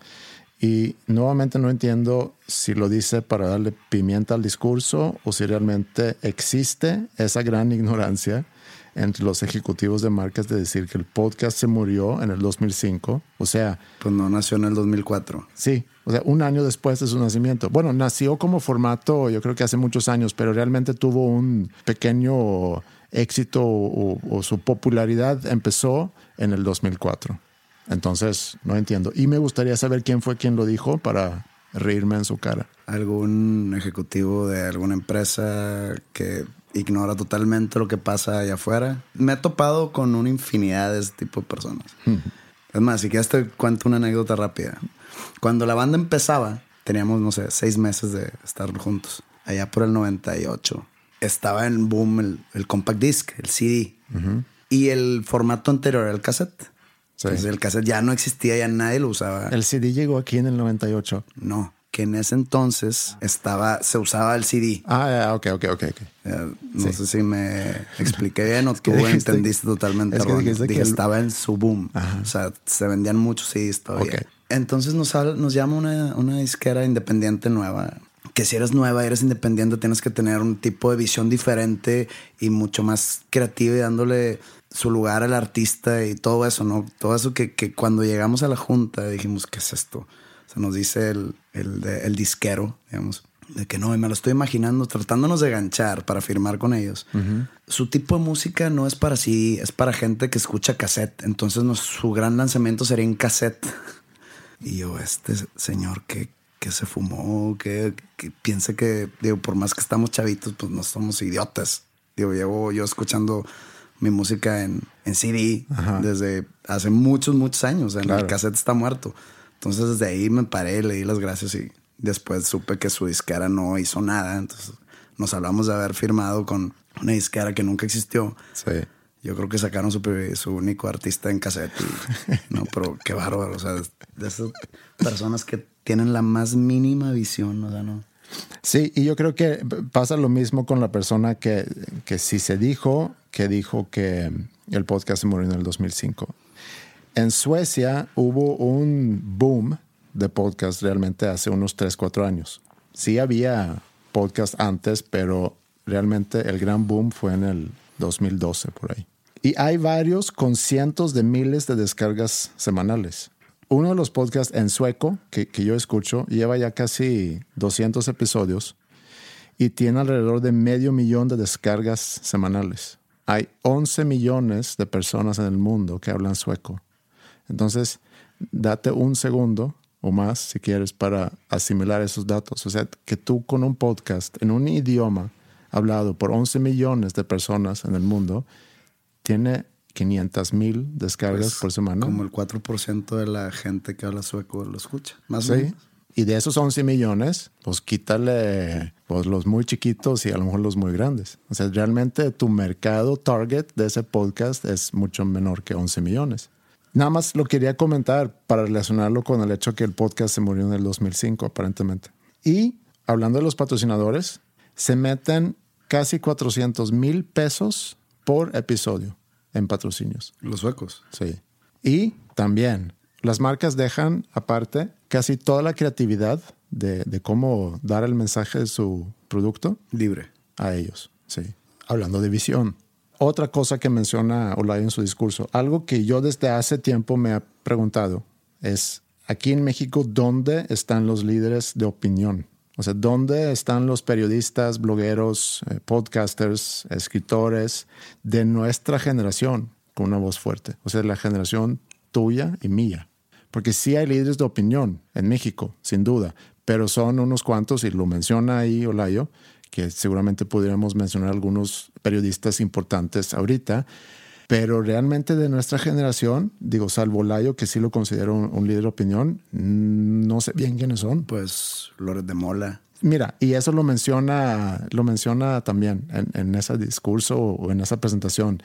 Y nuevamente no entiendo si lo dice para darle pimienta al discurso o si realmente existe esa gran ignorancia entre los ejecutivos de marcas de decir que el podcast se murió en el 2005. O sea... Pues no nació en el 2004. Sí, o sea, un año después de su nacimiento. Bueno, nació como formato yo creo que hace muchos años, pero realmente tuvo un pequeño éxito o su popularidad empezó en el 2004. Entonces, no entiendo. Y me gustaría saber quién fue quien lo dijo para reírme en su cara. ¿Algún ejecutivo de alguna empresa que ignora totalmente lo que pasa allá afuera? Me he topado con una infinidad de ese tipo de personas. Es más, si quieres te cuento una anécdota rápida. Cuando la banda empezaba, teníamos, no sé, 6 meses de estar juntos. Allá por el 98. Estaba en boom el compact disc, el CD. Y el formato anterior era el cassette. Sí. Entonces el cassette ya no existía, ya nadie lo usaba. ¿El CD llegó aquí en el 98? No, que en ese entonces se usaba el CD. Ok. No sé si me expliqué bien o tú entendiste totalmente erróneo. Dije, estaba en su boom. Ajá. O sea, se vendían muchos CDs todavía. Okay. Entonces nos llama una disquera independiente nueva. Que si eres nueva, eres independiente, tienes que tener un tipo de visión diferente y mucho más creativa y dándole su lugar al artista y todo eso, ¿no? Todo eso que cuando llegamos a la junta dijimos, ¿qué es esto? O sea, nos dice el disquero, digamos, de que no, y me lo estoy imaginando, tratándonos de ganchar para firmar con ellos. Su tipo de música no es para sí, es para gente que escucha cassette. Entonces su gran lanzamiento sería en cassette. Y yo, este señor que se fumó, que piensa que, digo, por más que estamos chavitos, pues no somos idiotas. Digo, llevo yo escuchando mi música en CD desde hace muchos años. El cassette está muerto. Entonces desde ahí me paré, le di las gracias y después supe que su disquera no hizo nada. Entonces nos hablamos de haber firmado con una disquera que nunca existió. Sí. Yo creo que sacaron su único artista en cassette. No, pero qué bárbaro. O sea, de esas personas que tienen la más mínima visión, o sea, no. Sí, y yo creo que pasa lo mismo con la persona que sí se dijo que el podcast se murió en el 2005. En Suecia hubo un boom de podcast realmente hace unos 3-4 años. Sí había podcast antes, pero realmente el gran boom fue en el 2012 por ahí. Y hay varios con cientos de miles de descargas semanales. Uno de los podcasts en sueco que yo escucho lleva ya casi 200 episodios y tiene alrededor de 500,000 de descargas semanales. Hay 11 millones de personas en el mundo que hablan sueco. Entonces, date un segundo o más, si quieres, para asimilar esos datos. O sea, que tú con un podcast en un idioma hablado por 11 millones de personas en el mundo tiene 500,000 descargas por semana. Como el 4% de la gente que habla sueco lo escucha, más o menos. Y de esos 11 millones, pues quítale pues, los muy chiquitos y a lo mejor los muy grandes. O sea, realmente tu mercado target de ese podcast es mucho menor que 11 millones. Nada más lo quería comentar para relacionarlo con el hecho que el podcast se murió en el 2005, aparentemente. Y hablando de los patrocinadores, se meten casi 400,000 pesos por episodio en patrocinios. Los suecos. Sí. Y también las marcas dejan aparte casi toda la creatividad de cómo dar el mensaje de su producto libre a ellos. Sí. Hablando de visión. Otra cosa que menciona Olayo en su discurso, algo que yo desde hace tiempo me he preguntado es, aquí en México, ¿dónde están los líderes de opinión? O sea, ¿dónde están los periodistas, blogueros, podcasters, escritores de nuestra generación con una voz fuerte? O sea, la generación tuya y mía. Porque sí hay líderes de opinión en México, sin duda, pero son unos cuantos, y lo menciona ahí Olayo, que seguramente pudiéramos mencionar algunos periodistas importantes ahorita, pero realmente de nuestra generación, digo, salvo Olayo, que sí lo considero un líder de opinión, no sé bien quiénes son. Pues Loret de Mola. Mira, y eso lo menciona también en ese discurso o en esa presentación.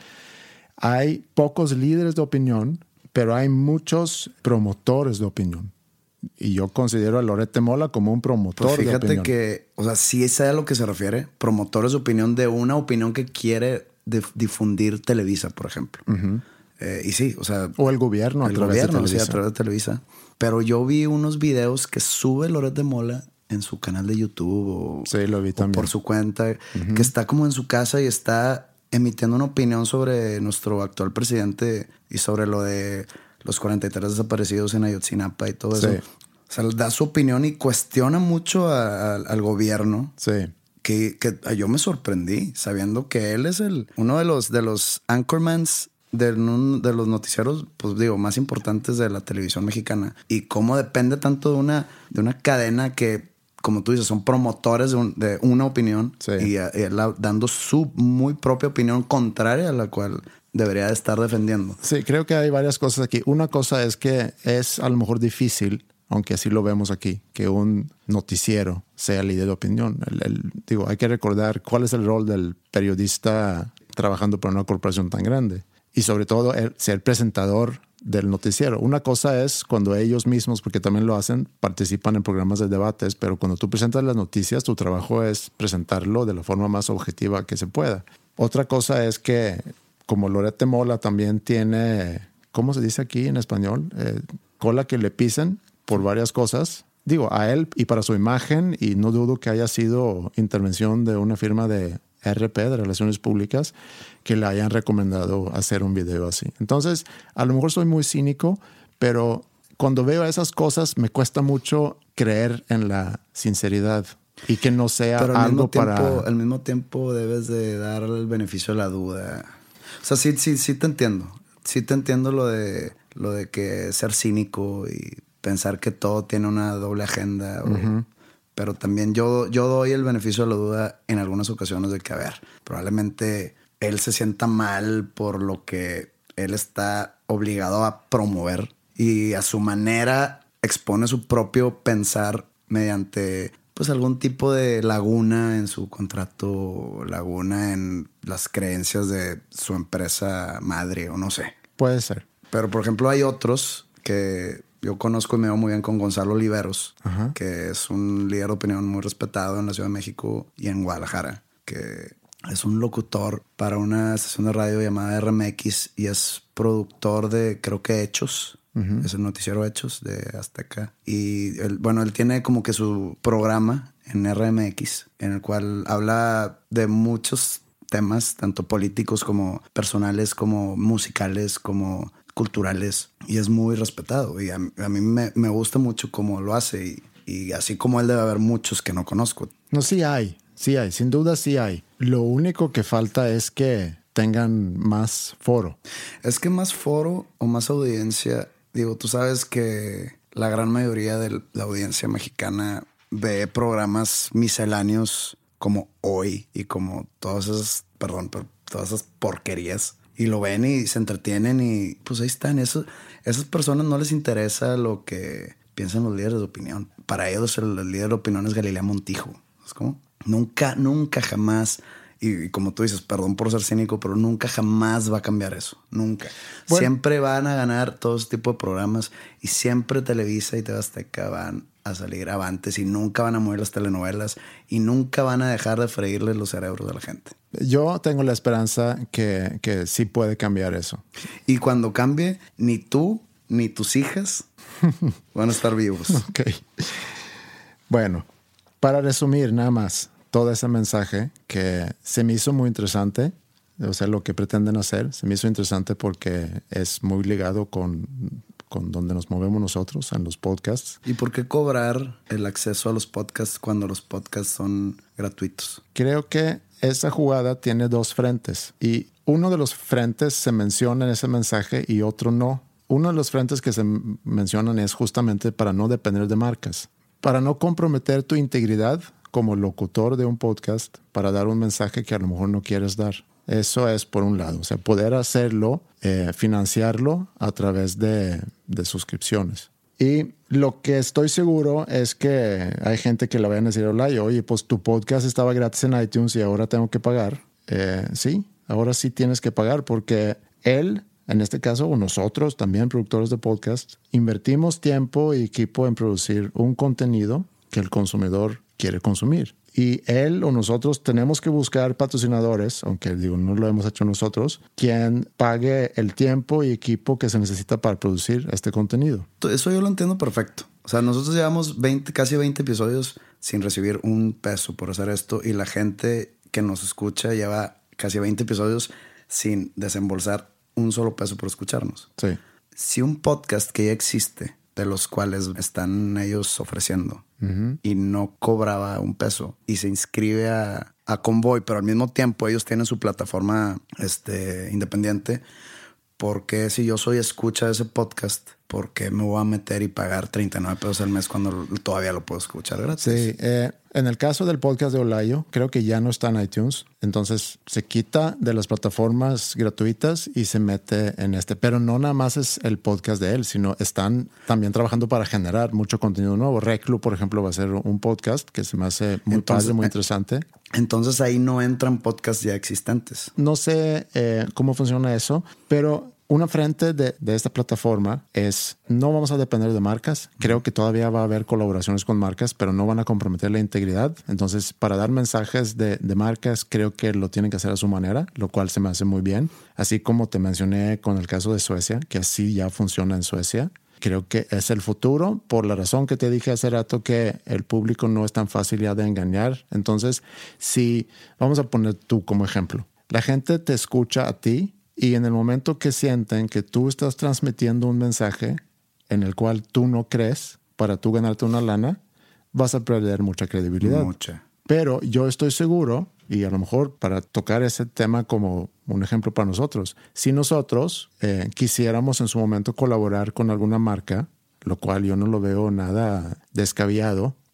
Hay pocos líderes de opinión, pero hay muchos promotores de opinión. Y yo considero a Loret de Mola como un promotor de opinión. Fíjate que, o sea, sí es a lo que se refiere. Promotores de opinión de una opinión que quiere difundir Televisa, por ejemplo. Uh-huh. Y sí, o sea... O el gobierno a través de Televisa. Sí, a través de Televisa. Pero yo vi unos videos que sube Loret de Mola en su canal de YouTube sí, lo vi también. Por su cuenta, que está como en su casa y está emitiendo una opinión sobre nuestro actual presidente y sobre lo de los 43 desaparecidos en Ayotzinapa y todo eso. O sea, da su opinión y cuestiona mucho al gobierno. Sí. Que yo me sorprendí sabiendo que él es uno de los anchormans de los noticieros, pues digo, más importantes de la televisión mexicana. Y cómo depende tanto de una cadena que, como tú dices, son promotores de una opinión. Sí. Y él dando su muy propia opinión contraria a la cual debería de estar defendiendo. Sí, creo que hay varias cosas aquí. Una cosa es que es a lo mejor difícil, aunque así lo vemos aquí, que un noticiero sea líder de opinión. Digo, hay que recordar cuál es el rol del periodista trabajando para una corporación tan grande. Y sobre todo, ser presentador del noticiero. Una cosa es cuando ellos mismos, porque también lo hacen, participan en programas de debates, pero cuando tú presentas las noticias, tu trabajo es presentarlo de la forma más objetiva que se pueda. Otra cosa es que, como Loret de Mola también tiene, ¿cómo se dice aquí en español? Cola que le pisen por varias cosas. Digo, a él y para su imagen, y no dudo que haya sido intervención de una firma de RP, de Relaciones Públicas, que le hayan recomendado hacer un video así. Entonces, a lo mejor soy muy cínico, pero cuando veo esas cosas me cuesta mucho creer en la sinceridad y que no sea algo para... Al mismo tiempo debes de dar el beneficio de la duda. O sea, sí te entiendo. Sí te entiendo lo de que ser cínico y pensar que todo tiene una doble agenda. Pero también yo doy el beneficio de la duda en algunas ocasiones de que, a ver, probablemente él se sienta mal por lo que él está obligado a promover y a su manera expone su propio pensar mediante pues algún tipo de laguna en su contrato, laguna en las creencias de su empresa madre o no sé. Puede ser. Pero por ejemplo hay otros que yo conozco y me veo muy bien con Gonzalo Oliveros, que es un líder de opinión muy respetado en la Ciudad de México y en Guadalajara, que es un locutor para una estación de radio llamada RMX y es productor de, creo que Hechos. Es el noticiero Hechos de Azteca. Y él tiene como que su programa en RMX, en el cual habla de muchos temas, tanto políticos como personales, como musicales, como culturales. Y es muy respetado. Y a mí me gusta mucho cómo lo hace. Y así como él debe haber muchos que no conozco. No, sí hay. Sin duda sí hay. Lo único que falta es que tengan más foro. Es que más foro o más audiencia... Digo, tú sabes que la gran mayoría de la audiencia mexicana ve programas misceláneos como Hoy y como todas esas porquerías. Y lo ven y se entretienen y pues ahí están. Esas personas no les interesa lo que piensan los líderes de opinión. Para ellos el líder de opinión es Galilea Montijo. ¿Es como? Nunca, jamás... Y como tú dices, perdón por ser cínico, pero nunca jamás va a cambiar eso. Nunca. Bueno, siempre van a ganar todo ese tipo de programas y siempre Televisa y TV Azteca van a salir avantes y nunca van a mover las telenovelas y nunca van a dejar de freírle los cerebros a la gente. Yo tengo la esperanza que sí puede cambiar eso. Y cuando cambie, ni tú ni tus hijas van a estar vivos. Ok. Bueno, para resumir nada más todo ese mensaje que se me hizo muy interesante, o sea, lo que pretenden hacer, se me hizo interesante porque es muy ligado con donde nos movemos nosotros en los podcasts. ¿Y por qué cobrar el acceso a los podcasts cuando los podcasts son gratuitos? Creo que esa jugada tiene dos frentes y uno de los frentes se menciona en ese mensaje y otro no. Uno de los frentes que se mencionan es justamente para no depender de marcas, para no comprometer tu integridad como locutor de un podcast para dar un mensaje que a lo mejor no quieres dar. Eso es por un lado. O sea, poder hacerlo, financiarlo a través de suscripciones. Y lo que estoy seguro es que hay gente que le vayan a decir, oye, pues tu podcast estaba gratis en iTunes y ahora tengo que pagar. Sí, ahora sí tienes que pagar porque él, en este caso, o nosotros también, productores de podcast, invertimos tiempo y equipo en producir un contenido que el consumidor quiere consumir. Y él o nosotros tenemos que buscar patrocinadores, aunque no lo hemos hecho nosotros, quien pague el tiempo y equipo que se necesita para producir este contenido. Eso yo lo entiendo perfecto. O sea, nosotros llevamos casi 20 episodios sin recibir un peso por hacer esto y la gente que nos escucha lleva casi 20 episodios sin desembolsar un solo peso por escucharnos. Sí. Si un podcast que ya existe, de los cuales están ellos ofreciendo, y no cobraba un peso y se inscribe a Convoy, pero al mismo tiempo ellos tienen su plataforma independiente, ¿por qué si yo soy escucha de ese podcast, por qué me voy a meter y pagar 39 pesos al mes cuando todavía lo puedo escuchar gratis? Sí, en el caso del podcast de Olayo, creo que ya no está en iTunes, entonces se quita de las plataformas gratuitas y se mete en pero no nada más es el podcast de él, sino están también trabajando para generar mucho contenido nuevo. Reclu, por ejemplo, va a ser un podcast que se me hace muy padre, muy interesante. Entonces ahí no entran podcasts ya existentes. No sé cómo funciona eso, pero una frente de esta plataforma es no vamos a depender de marcas. Creo que todavía va a haber colaboraciones con marcas, pero no van a comprometer la integridad. Entonces, para dar mensajes de marcas, creo que lo tienen que hacer a su manera, lo cual se me hace muy bien. Así como te mencioné con el caso de Suecia, que así ya funciona en Suecia. Creo que es el futuro por la razón que te dije hace rato que el público no es tan fácil ya de engañar. Entonces, si vamos a poner tú como ejemplo, la gente te escucha a ti y en el momento que sienten que tú estás transmitiendo un mensaje en el cual tú no crees para tú ganarte una lana, vas a perder mucha credibilidad. Mucha. Pero yo estoy seguro, y a lo mejor para tocar ese tema como un ejemplo para nosotros, si nosotros quisiéramos en su momento colaborar con alguna marca, lo cual yo no lo veo nada descabellado,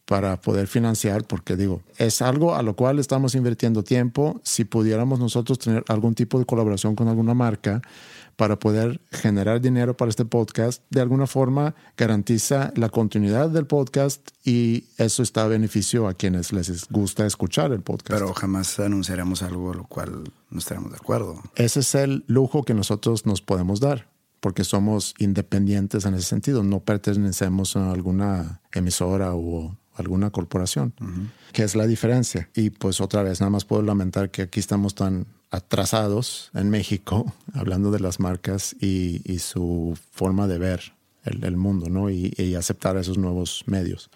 para poder financiar, porque digo, es algo a lo cual estamos invirtiendo tiempo. Si pudiéramos nosotros tener algún tipo de colaboración con alguna marca para poder generar dinero para este podcast, de alguna forma garantiza la continuidad del podcast y eso está a beneficio a quienes les gusta escuchar el podcast. Pero jamás anunciaremos algo a lo cual no estaremos de acuerdo. Ese es el lujo que nosotros nos podemos dar, porque somos independientes en ese sentido. No pertenecemos a alguna emisora o alguna corporación, que es la diferencia. Y pues otra vez, nada más puedo lamentar que aquí estamos tan atrasados en México, hablando de las marcas y su forma de ver el mundo, ¿no? Y aceptar esos nuevos medios.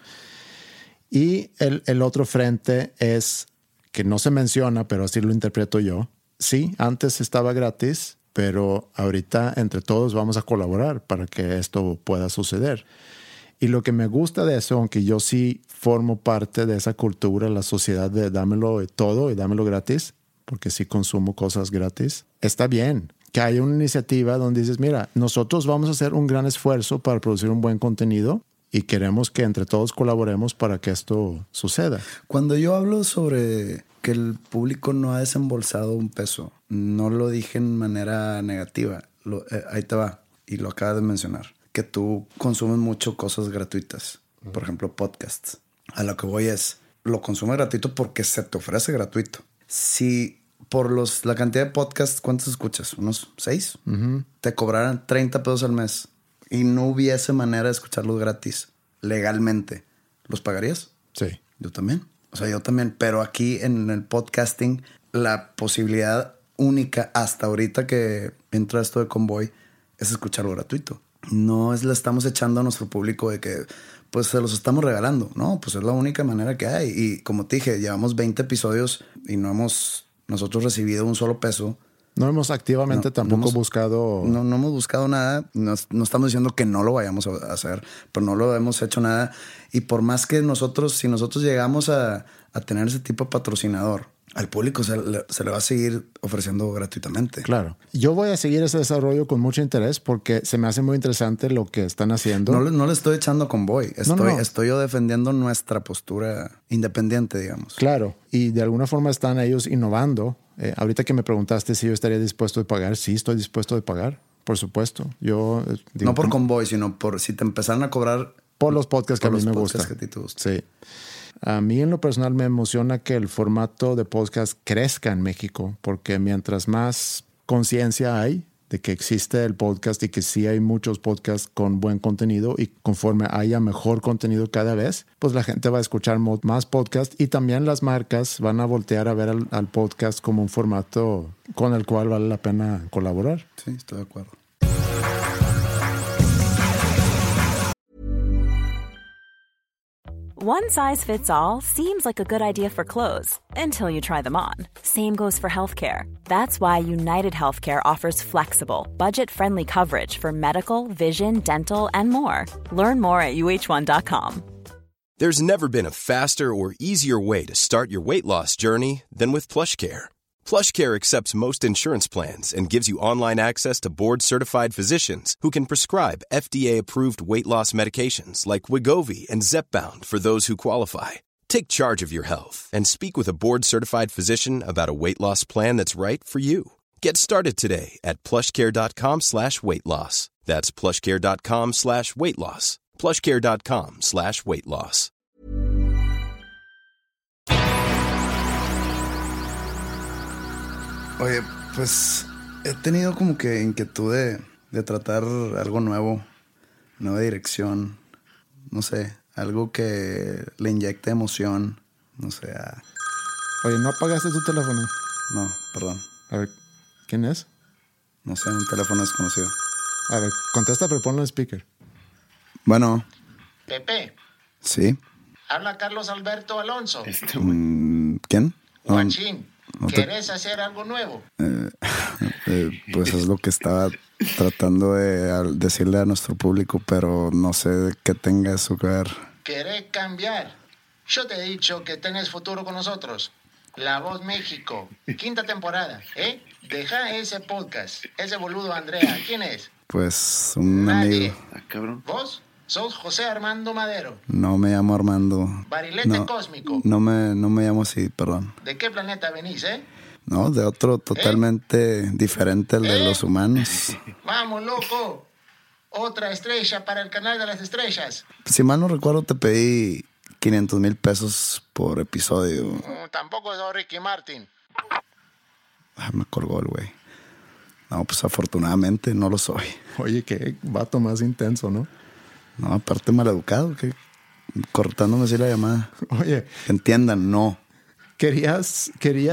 Y el otro frente es, que no se menciona, pero así lo interpreto yo. Sí, antes estaba gratis, pero ahorita entre todos vamos a colaborar para que esto pueda suceder. Y lo que me gusta de eso, aunque yo sí formo parte de esa cultura, la sociedad de dámelo todo y dámelo gratis, porque sí consumo cosas gratis, está bien que haya una iniciativa donde dices, mira, nosotros vamos a hacer un gran esfuerzo para producir un buen contenido y queremos que entre todos colaboremos para que esto suceda. Cuando yo hablo sobre que el público no ha desembolsado un peso, no lo dije en manera negativa. Ahí te va, y lo acabas de mencionar. Que tú consumes mucho cosas gratuitas. Por ejemplo, podcasts. A lo que voy es, lo consumes gratuito porque se te ofrece gratuito. Si por la cantidad de podcasts, ¿cuántos escuchas? ¿Unos 6? Te cobraran 30 pesos al mes y no hubiese manera de escucharlos gratis legalmente, ¿los pagarías? Sí. Yo también. O sea, yo también. Pero aquí en el podcasting, la posibilidad única hasta ahorita que entra esto de Convoy es escucharlo gratuito. No le estamos echando a nuestro público de que pues se los estamos regalando. No, pues es la única manera que hay. Y como te dije, llevamos 20 episodios y no hemos nosotros recibido un solo peso. No hemos activamente tampoco buscado... No hemos buscado nada. No estamos diciendo que no lo vayamos a hacer, pero no lo hemos hecho nada. Y por más que si nosotros llegamos a tener ese tipo de patrocinador, al público se le va a seguir ofreciendo gratuitamente. Claro. Yo voy a seguir ese desarrollo con mucho interés porque se me hace muy interesante lo que están haciendo. No le estoy echando Convoy. Estoy yo defendiendo nuestra postura independiente, digamos. Claro. Y de alguna forma están ellos innovando. Ahorita que me preguntaste si yo estaría dispuesto a pagar. Sí, estoy dispuesto a pagar. Por supuesto. Yo digo, no por Convoy, sino por si te empezaran a cobrar... Por los podcasts que a mí me gustan. Que a ti te gustan. Sí. A mí en lo personal me emociona que el formato de podcast crezca en México, porque mientras más conciencia hay de que existe el podcast y que sí hay muchos podcasts con buen contenido y conforme haya mejor contenido cada vez, pues la gente va a escuchar más podcasts y también las marcas van a voltear a ver al podcast como un formato con el cual vale la pena colaborar. Sí, estoy de acuerdo. One size fits all seems like a good idea for clothes until you try them on. Same goes for healthcare. That's why United Healthcare offers flexible, budget-friendly coverage for medical, vision, dental, and more. Learn more at uh1.com. There's never been a faster or easier way to start your weight loss journey than with PlushCare. PlushCare accepts most insurance plans and gives you online access to board-certified physicians who can prescribe FDA-approved weight loss medications like Wegovy and Zepbound for those who qualify. Take charge of your health and speak with a board-certified physician about a weight loss plan that's right for you. Get started today at plushcare.com/weightloss. That's plushcare.com/weightloss. plushcare.com/weightloss. Oye, pues he tenido como que inquietud de tratar algo nuevo, nueva dirección, no sé, algo que le inyecte emoción, no sé. Oye, ¿no apagaste tu teléfono? No, perdón. A ver, ¿quién es? No sé, un teléfono desconocido. A ver, contesta, pero ponlo en speaker. Bueno. Pepe. Sí. Habla Carlos Alberto Alonso. ¿Quién? Guachín. ¿Quieres hacer algo nuevo? Pues es lo que estaba tratando de decirle a nuestro público, pero no sé qué tenga eso que ver. ¿Querés cambiar? Yo te he dicho que tenés futuro con nosotros. La Voz México, 5ª temporada, ¿eh? Deja ese podcast, ese boludo Andrea. ¿Quién es? Pues un Nadie. amigo. ¿Vos? Sos José Armando Madero. No me llamo Armando. Barilete cósmico. No me llamo así, perdón. ¿De qué planeta venís, No, de otro totalmente diferente al de los humanos. Vamos, loco. Otra estrella para el canal de las estrellas. Si mal no recuerdo, te pedí 500,000 pesos por episodio. Tampoco es Ricky Martin. Me colgó el güey. No, pues afortunadamente no lo soy. Oye, qué vato más intenso, ¿no? No, aparte maleducado, que cortándome así la llamada. Oye. Que entiendan, no. Querías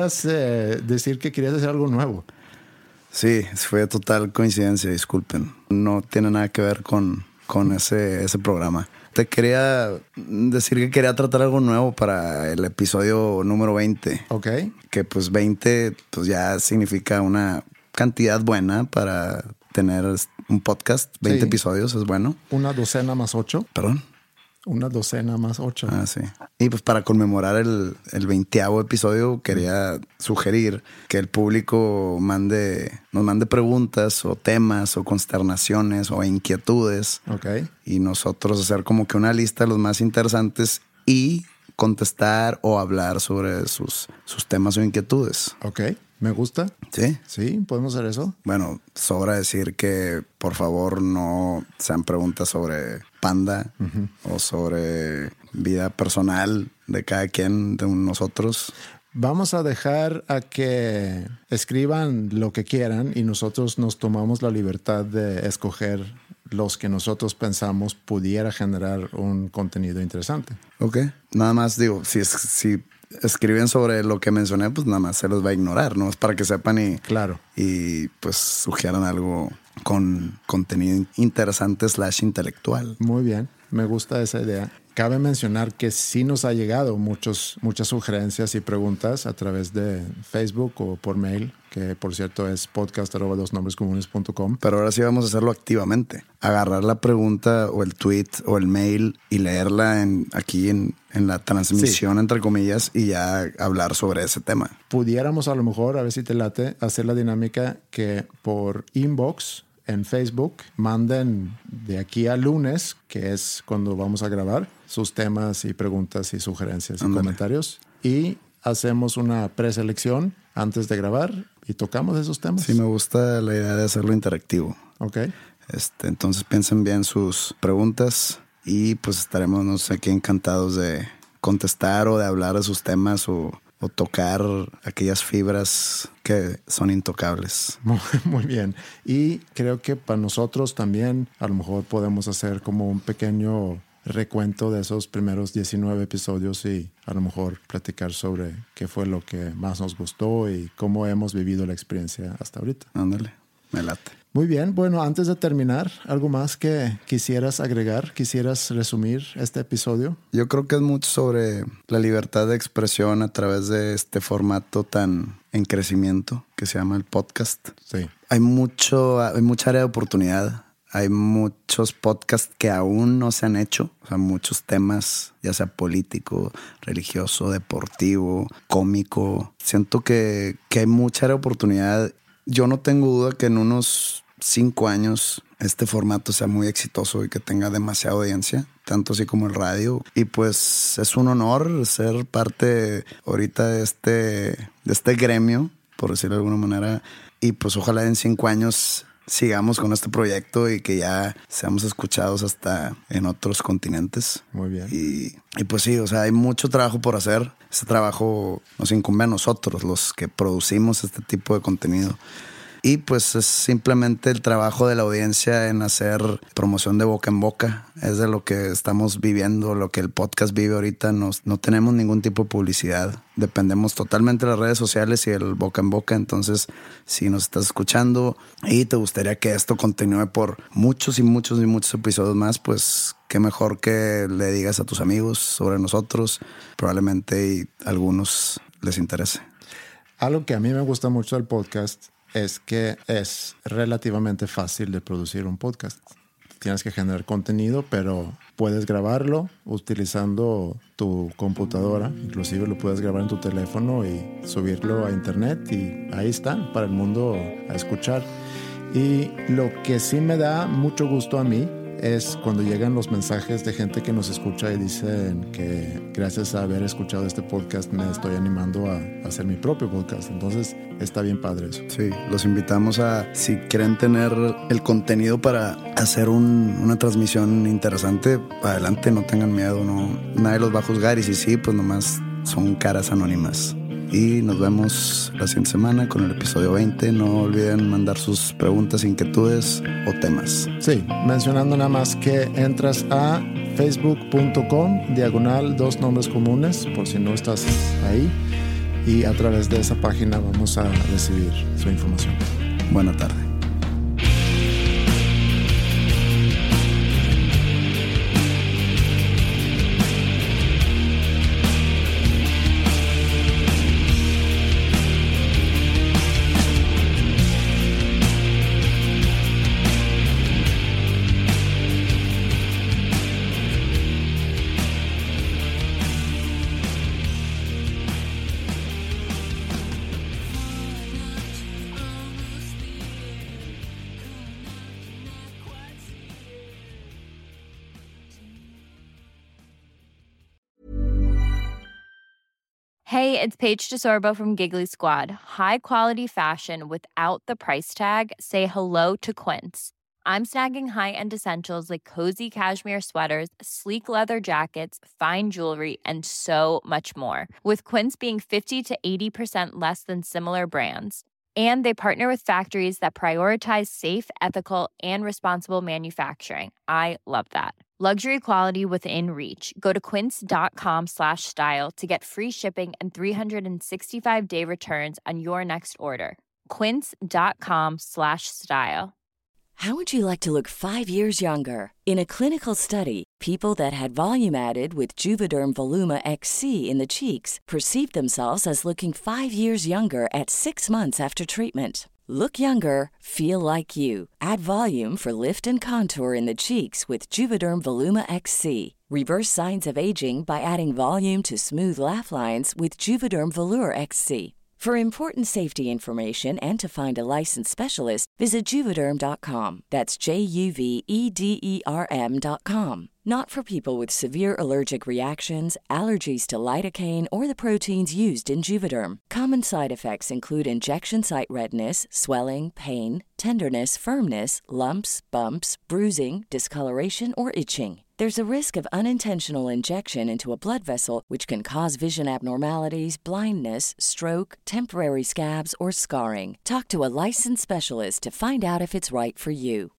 decir que querías hacer algo nuevo. Sí, fue total coincidencia, disculpen. No tiene nada que ver con ese programa. Te quería decir que quería tratar algo nuevo para el episodio número 20. Ok. Que pues 20 pues ya significa una cantidad buena para tener un podcast. 20 episodios es bueno. Una docena más 8. ¿Perdón? Una docena más 8. Ah, sí. Y pues para conmemorar el 20º episodio, quería sugerir que el público nos mande preguntas o temas o consternaciones o inquietudes. Ok. Y nosotros hacer como que una lista de los más interesantes y contestar o hablar sobre sus temas o inquietudes. Ok. Me gusta. ¿Sí? Sí, podemos hacer eso. Bueno, sobra decir que por favor no sean preguntas sobre Panda o sobre vida personal de cada quien de nosotros. Vamos a dejar a que escriban lo que quieran y nosotros nos tomamos la libertad de escoger los que nosotros pensamos pudiera generar un contenido interesante. Ok. Nada más digo, si escriben sobre lo que mencioné, pues nada más se los va a ignorar, ¿no? Es para que sepan y pues sugieran algo con contenido interesante / intelectual. Muy bien, me gusta esa idea. Cabe mencionar que sí nos ha llegado muchas sugerencias y preguntas a través de Facebook o por mail, que por cierto es podcast@dosnombrescomunes.com. Pero ahora sí vamos a hacerlo activamente. Agarrar la pregunta o el tweet o el mail y leerla aquí en la transmisión, entre comillas, y ya hablar sobre ese tema. Pudiéramos a lo mejor, a ver si te late, hacer la dinámica que por inbox en Facebook manden de aquí a lunes, que es cuando vamos a grabar, sus temas y preguntas y sugerencias y comentarios. Y hacemos una preselección antes de grabar y tocamos esos temas. Sí, me gusta la idea de hacerlo interactivo. Ok. Entonces piensen bien sus preguntas y pues estaremos, no sé qué, encantados de contestar o de hablar de sus temas o tocar aquellas fibras que son intocables. Muy bien. Y creo que para nosotros también a lo mejor podemos hacer como un pequeño recuento de esos primeros 19 episodios y a lo mejor platicar sobre qué fue lo que más nos gustó y cómo hemos vivido la experiencia hasta ahorita. Ándale, me late. Muy bien, bueno, antes de terminar, ¿algo más que quisieras agregar? ¿Quisieras resumir este episodio? Yo creo que es mucho sobre la libertad de expresión a través de este formato tan en crecimiento que se llama el podcast. Sí. Hay mucha área de oportunidad. Hay muchos podcasts que aún no se han hecho. O sea, muchos temas, ya sea político, religioso, deportivo, cómico. Siento que hay mucha área de oportunidad. Yo no tengo duda que en unos 5 años este formato sea muy exitoso y que tenga demasiada audiencia, tanto así como el radio. Y pues es un honor ser parte ahorita de este gremio, por decirlo de alguna manera. Y pues ojalá en 5 años sigamos con este proyecto y que ya seamos escuchados hasta en otros continentes. Muy bien. Y pues sí, o sea, hay mucho trabajo por hacer. Ese trabajo nos incumbe a nosotros, los que producimos este tipo de contenido. Y pues es simplemente el trabajo de la audiencia en hacer promoción de boca en boca. Es de lo que estamos viviendo, lo que el podcast vive ahorita. No tenemos ningún tipo de publicidad. Dependemos totalmente de las redes sociales y el boca en boca. Entonces, si nos estás escuchando y te gustaría que esto continúe por muchos y muchos y muchos episodios más, pues qué mejor que le digas a tus amigos sobre nosotros. Probablemente y a algunos les interese. Algo que a mí me gusta mucho del podcast es que es relativamente fácil de producir un podcast. Tienes que generar contenido, pero puedes grabarlo utilizando tu computadora. Inclusive lo puedes grabar en tu teléfono y subirlo a internet y ahí está, para el mundo a escuchar. Y lo que sí me da mucho gusto a mí es cuando llegan los mensajes de gente que nos escucha y dicen que gracias a haber escuchado este podcast me estoy animando a hacer mi propio podcast. Entonces está bien padre eso. Sí, los invitamos a, si quieren tener el contenido para hacer una transmisión interesante, adelante, no tengan miedo, nadie los va a juzgar, y si sí, pues nomás son caras anónimas. Y nos vemos la siguiente semana con el episodio 20. No olviden mandar sus preguntas, inquietudes o temas. Sí, mencionando nada más que entras a facebook.com/2 nombres comunes, por si no estás ahí, y a través de esa página vamos a recibir su información. Buena tarde. Hey, it's Paige DeSorbo from Giggly Squad. High quality fashion without the price tag. Say hello to Quince. I'm snagging high-end essentials like cozy cashmere sweaters, sleek leather jackets, fine jewelry, and so much more. With Quince being 50 to 80% less than similar brands. And they partner with factories that prioritize safe, ethical, and responsible manufacturing. I love that. Luxury quality within reach. Go to quince.com/style to get free shipping and 365-day returns on your next order. Quince.com/style. How would you like to look 5 years younger? In a clinical study, people that had volume added with Juvederm Voluma XC in the cheeks perceived themselves as looking 5 years younger at 6 months after treatment. Look younger, feel like you. Add volume for lift and contour in the cheeks with Juvederm Voluma XC. Reverse signs of aging by adding volume to smooth laugh lines with Juvederm Volure XC. For important safety information and to find a licensed specialist, visit Juvederm.com. That's JUVEDERM.com. Not for people with severe allergic reactions, allergies to lidocaine, or the proteins used in Juvederm. Common side effects include injection site redness, swelling, pain, tenderness, firmness, lumps, bumps, bruising, discoloration, or itching. There's a risk of unintentional injection into a blood vessel, which can cause vision abnormalities, blindness, stroke, temporary scabs, or scarring. Talk to a licensed specialist to find out if it's right for you.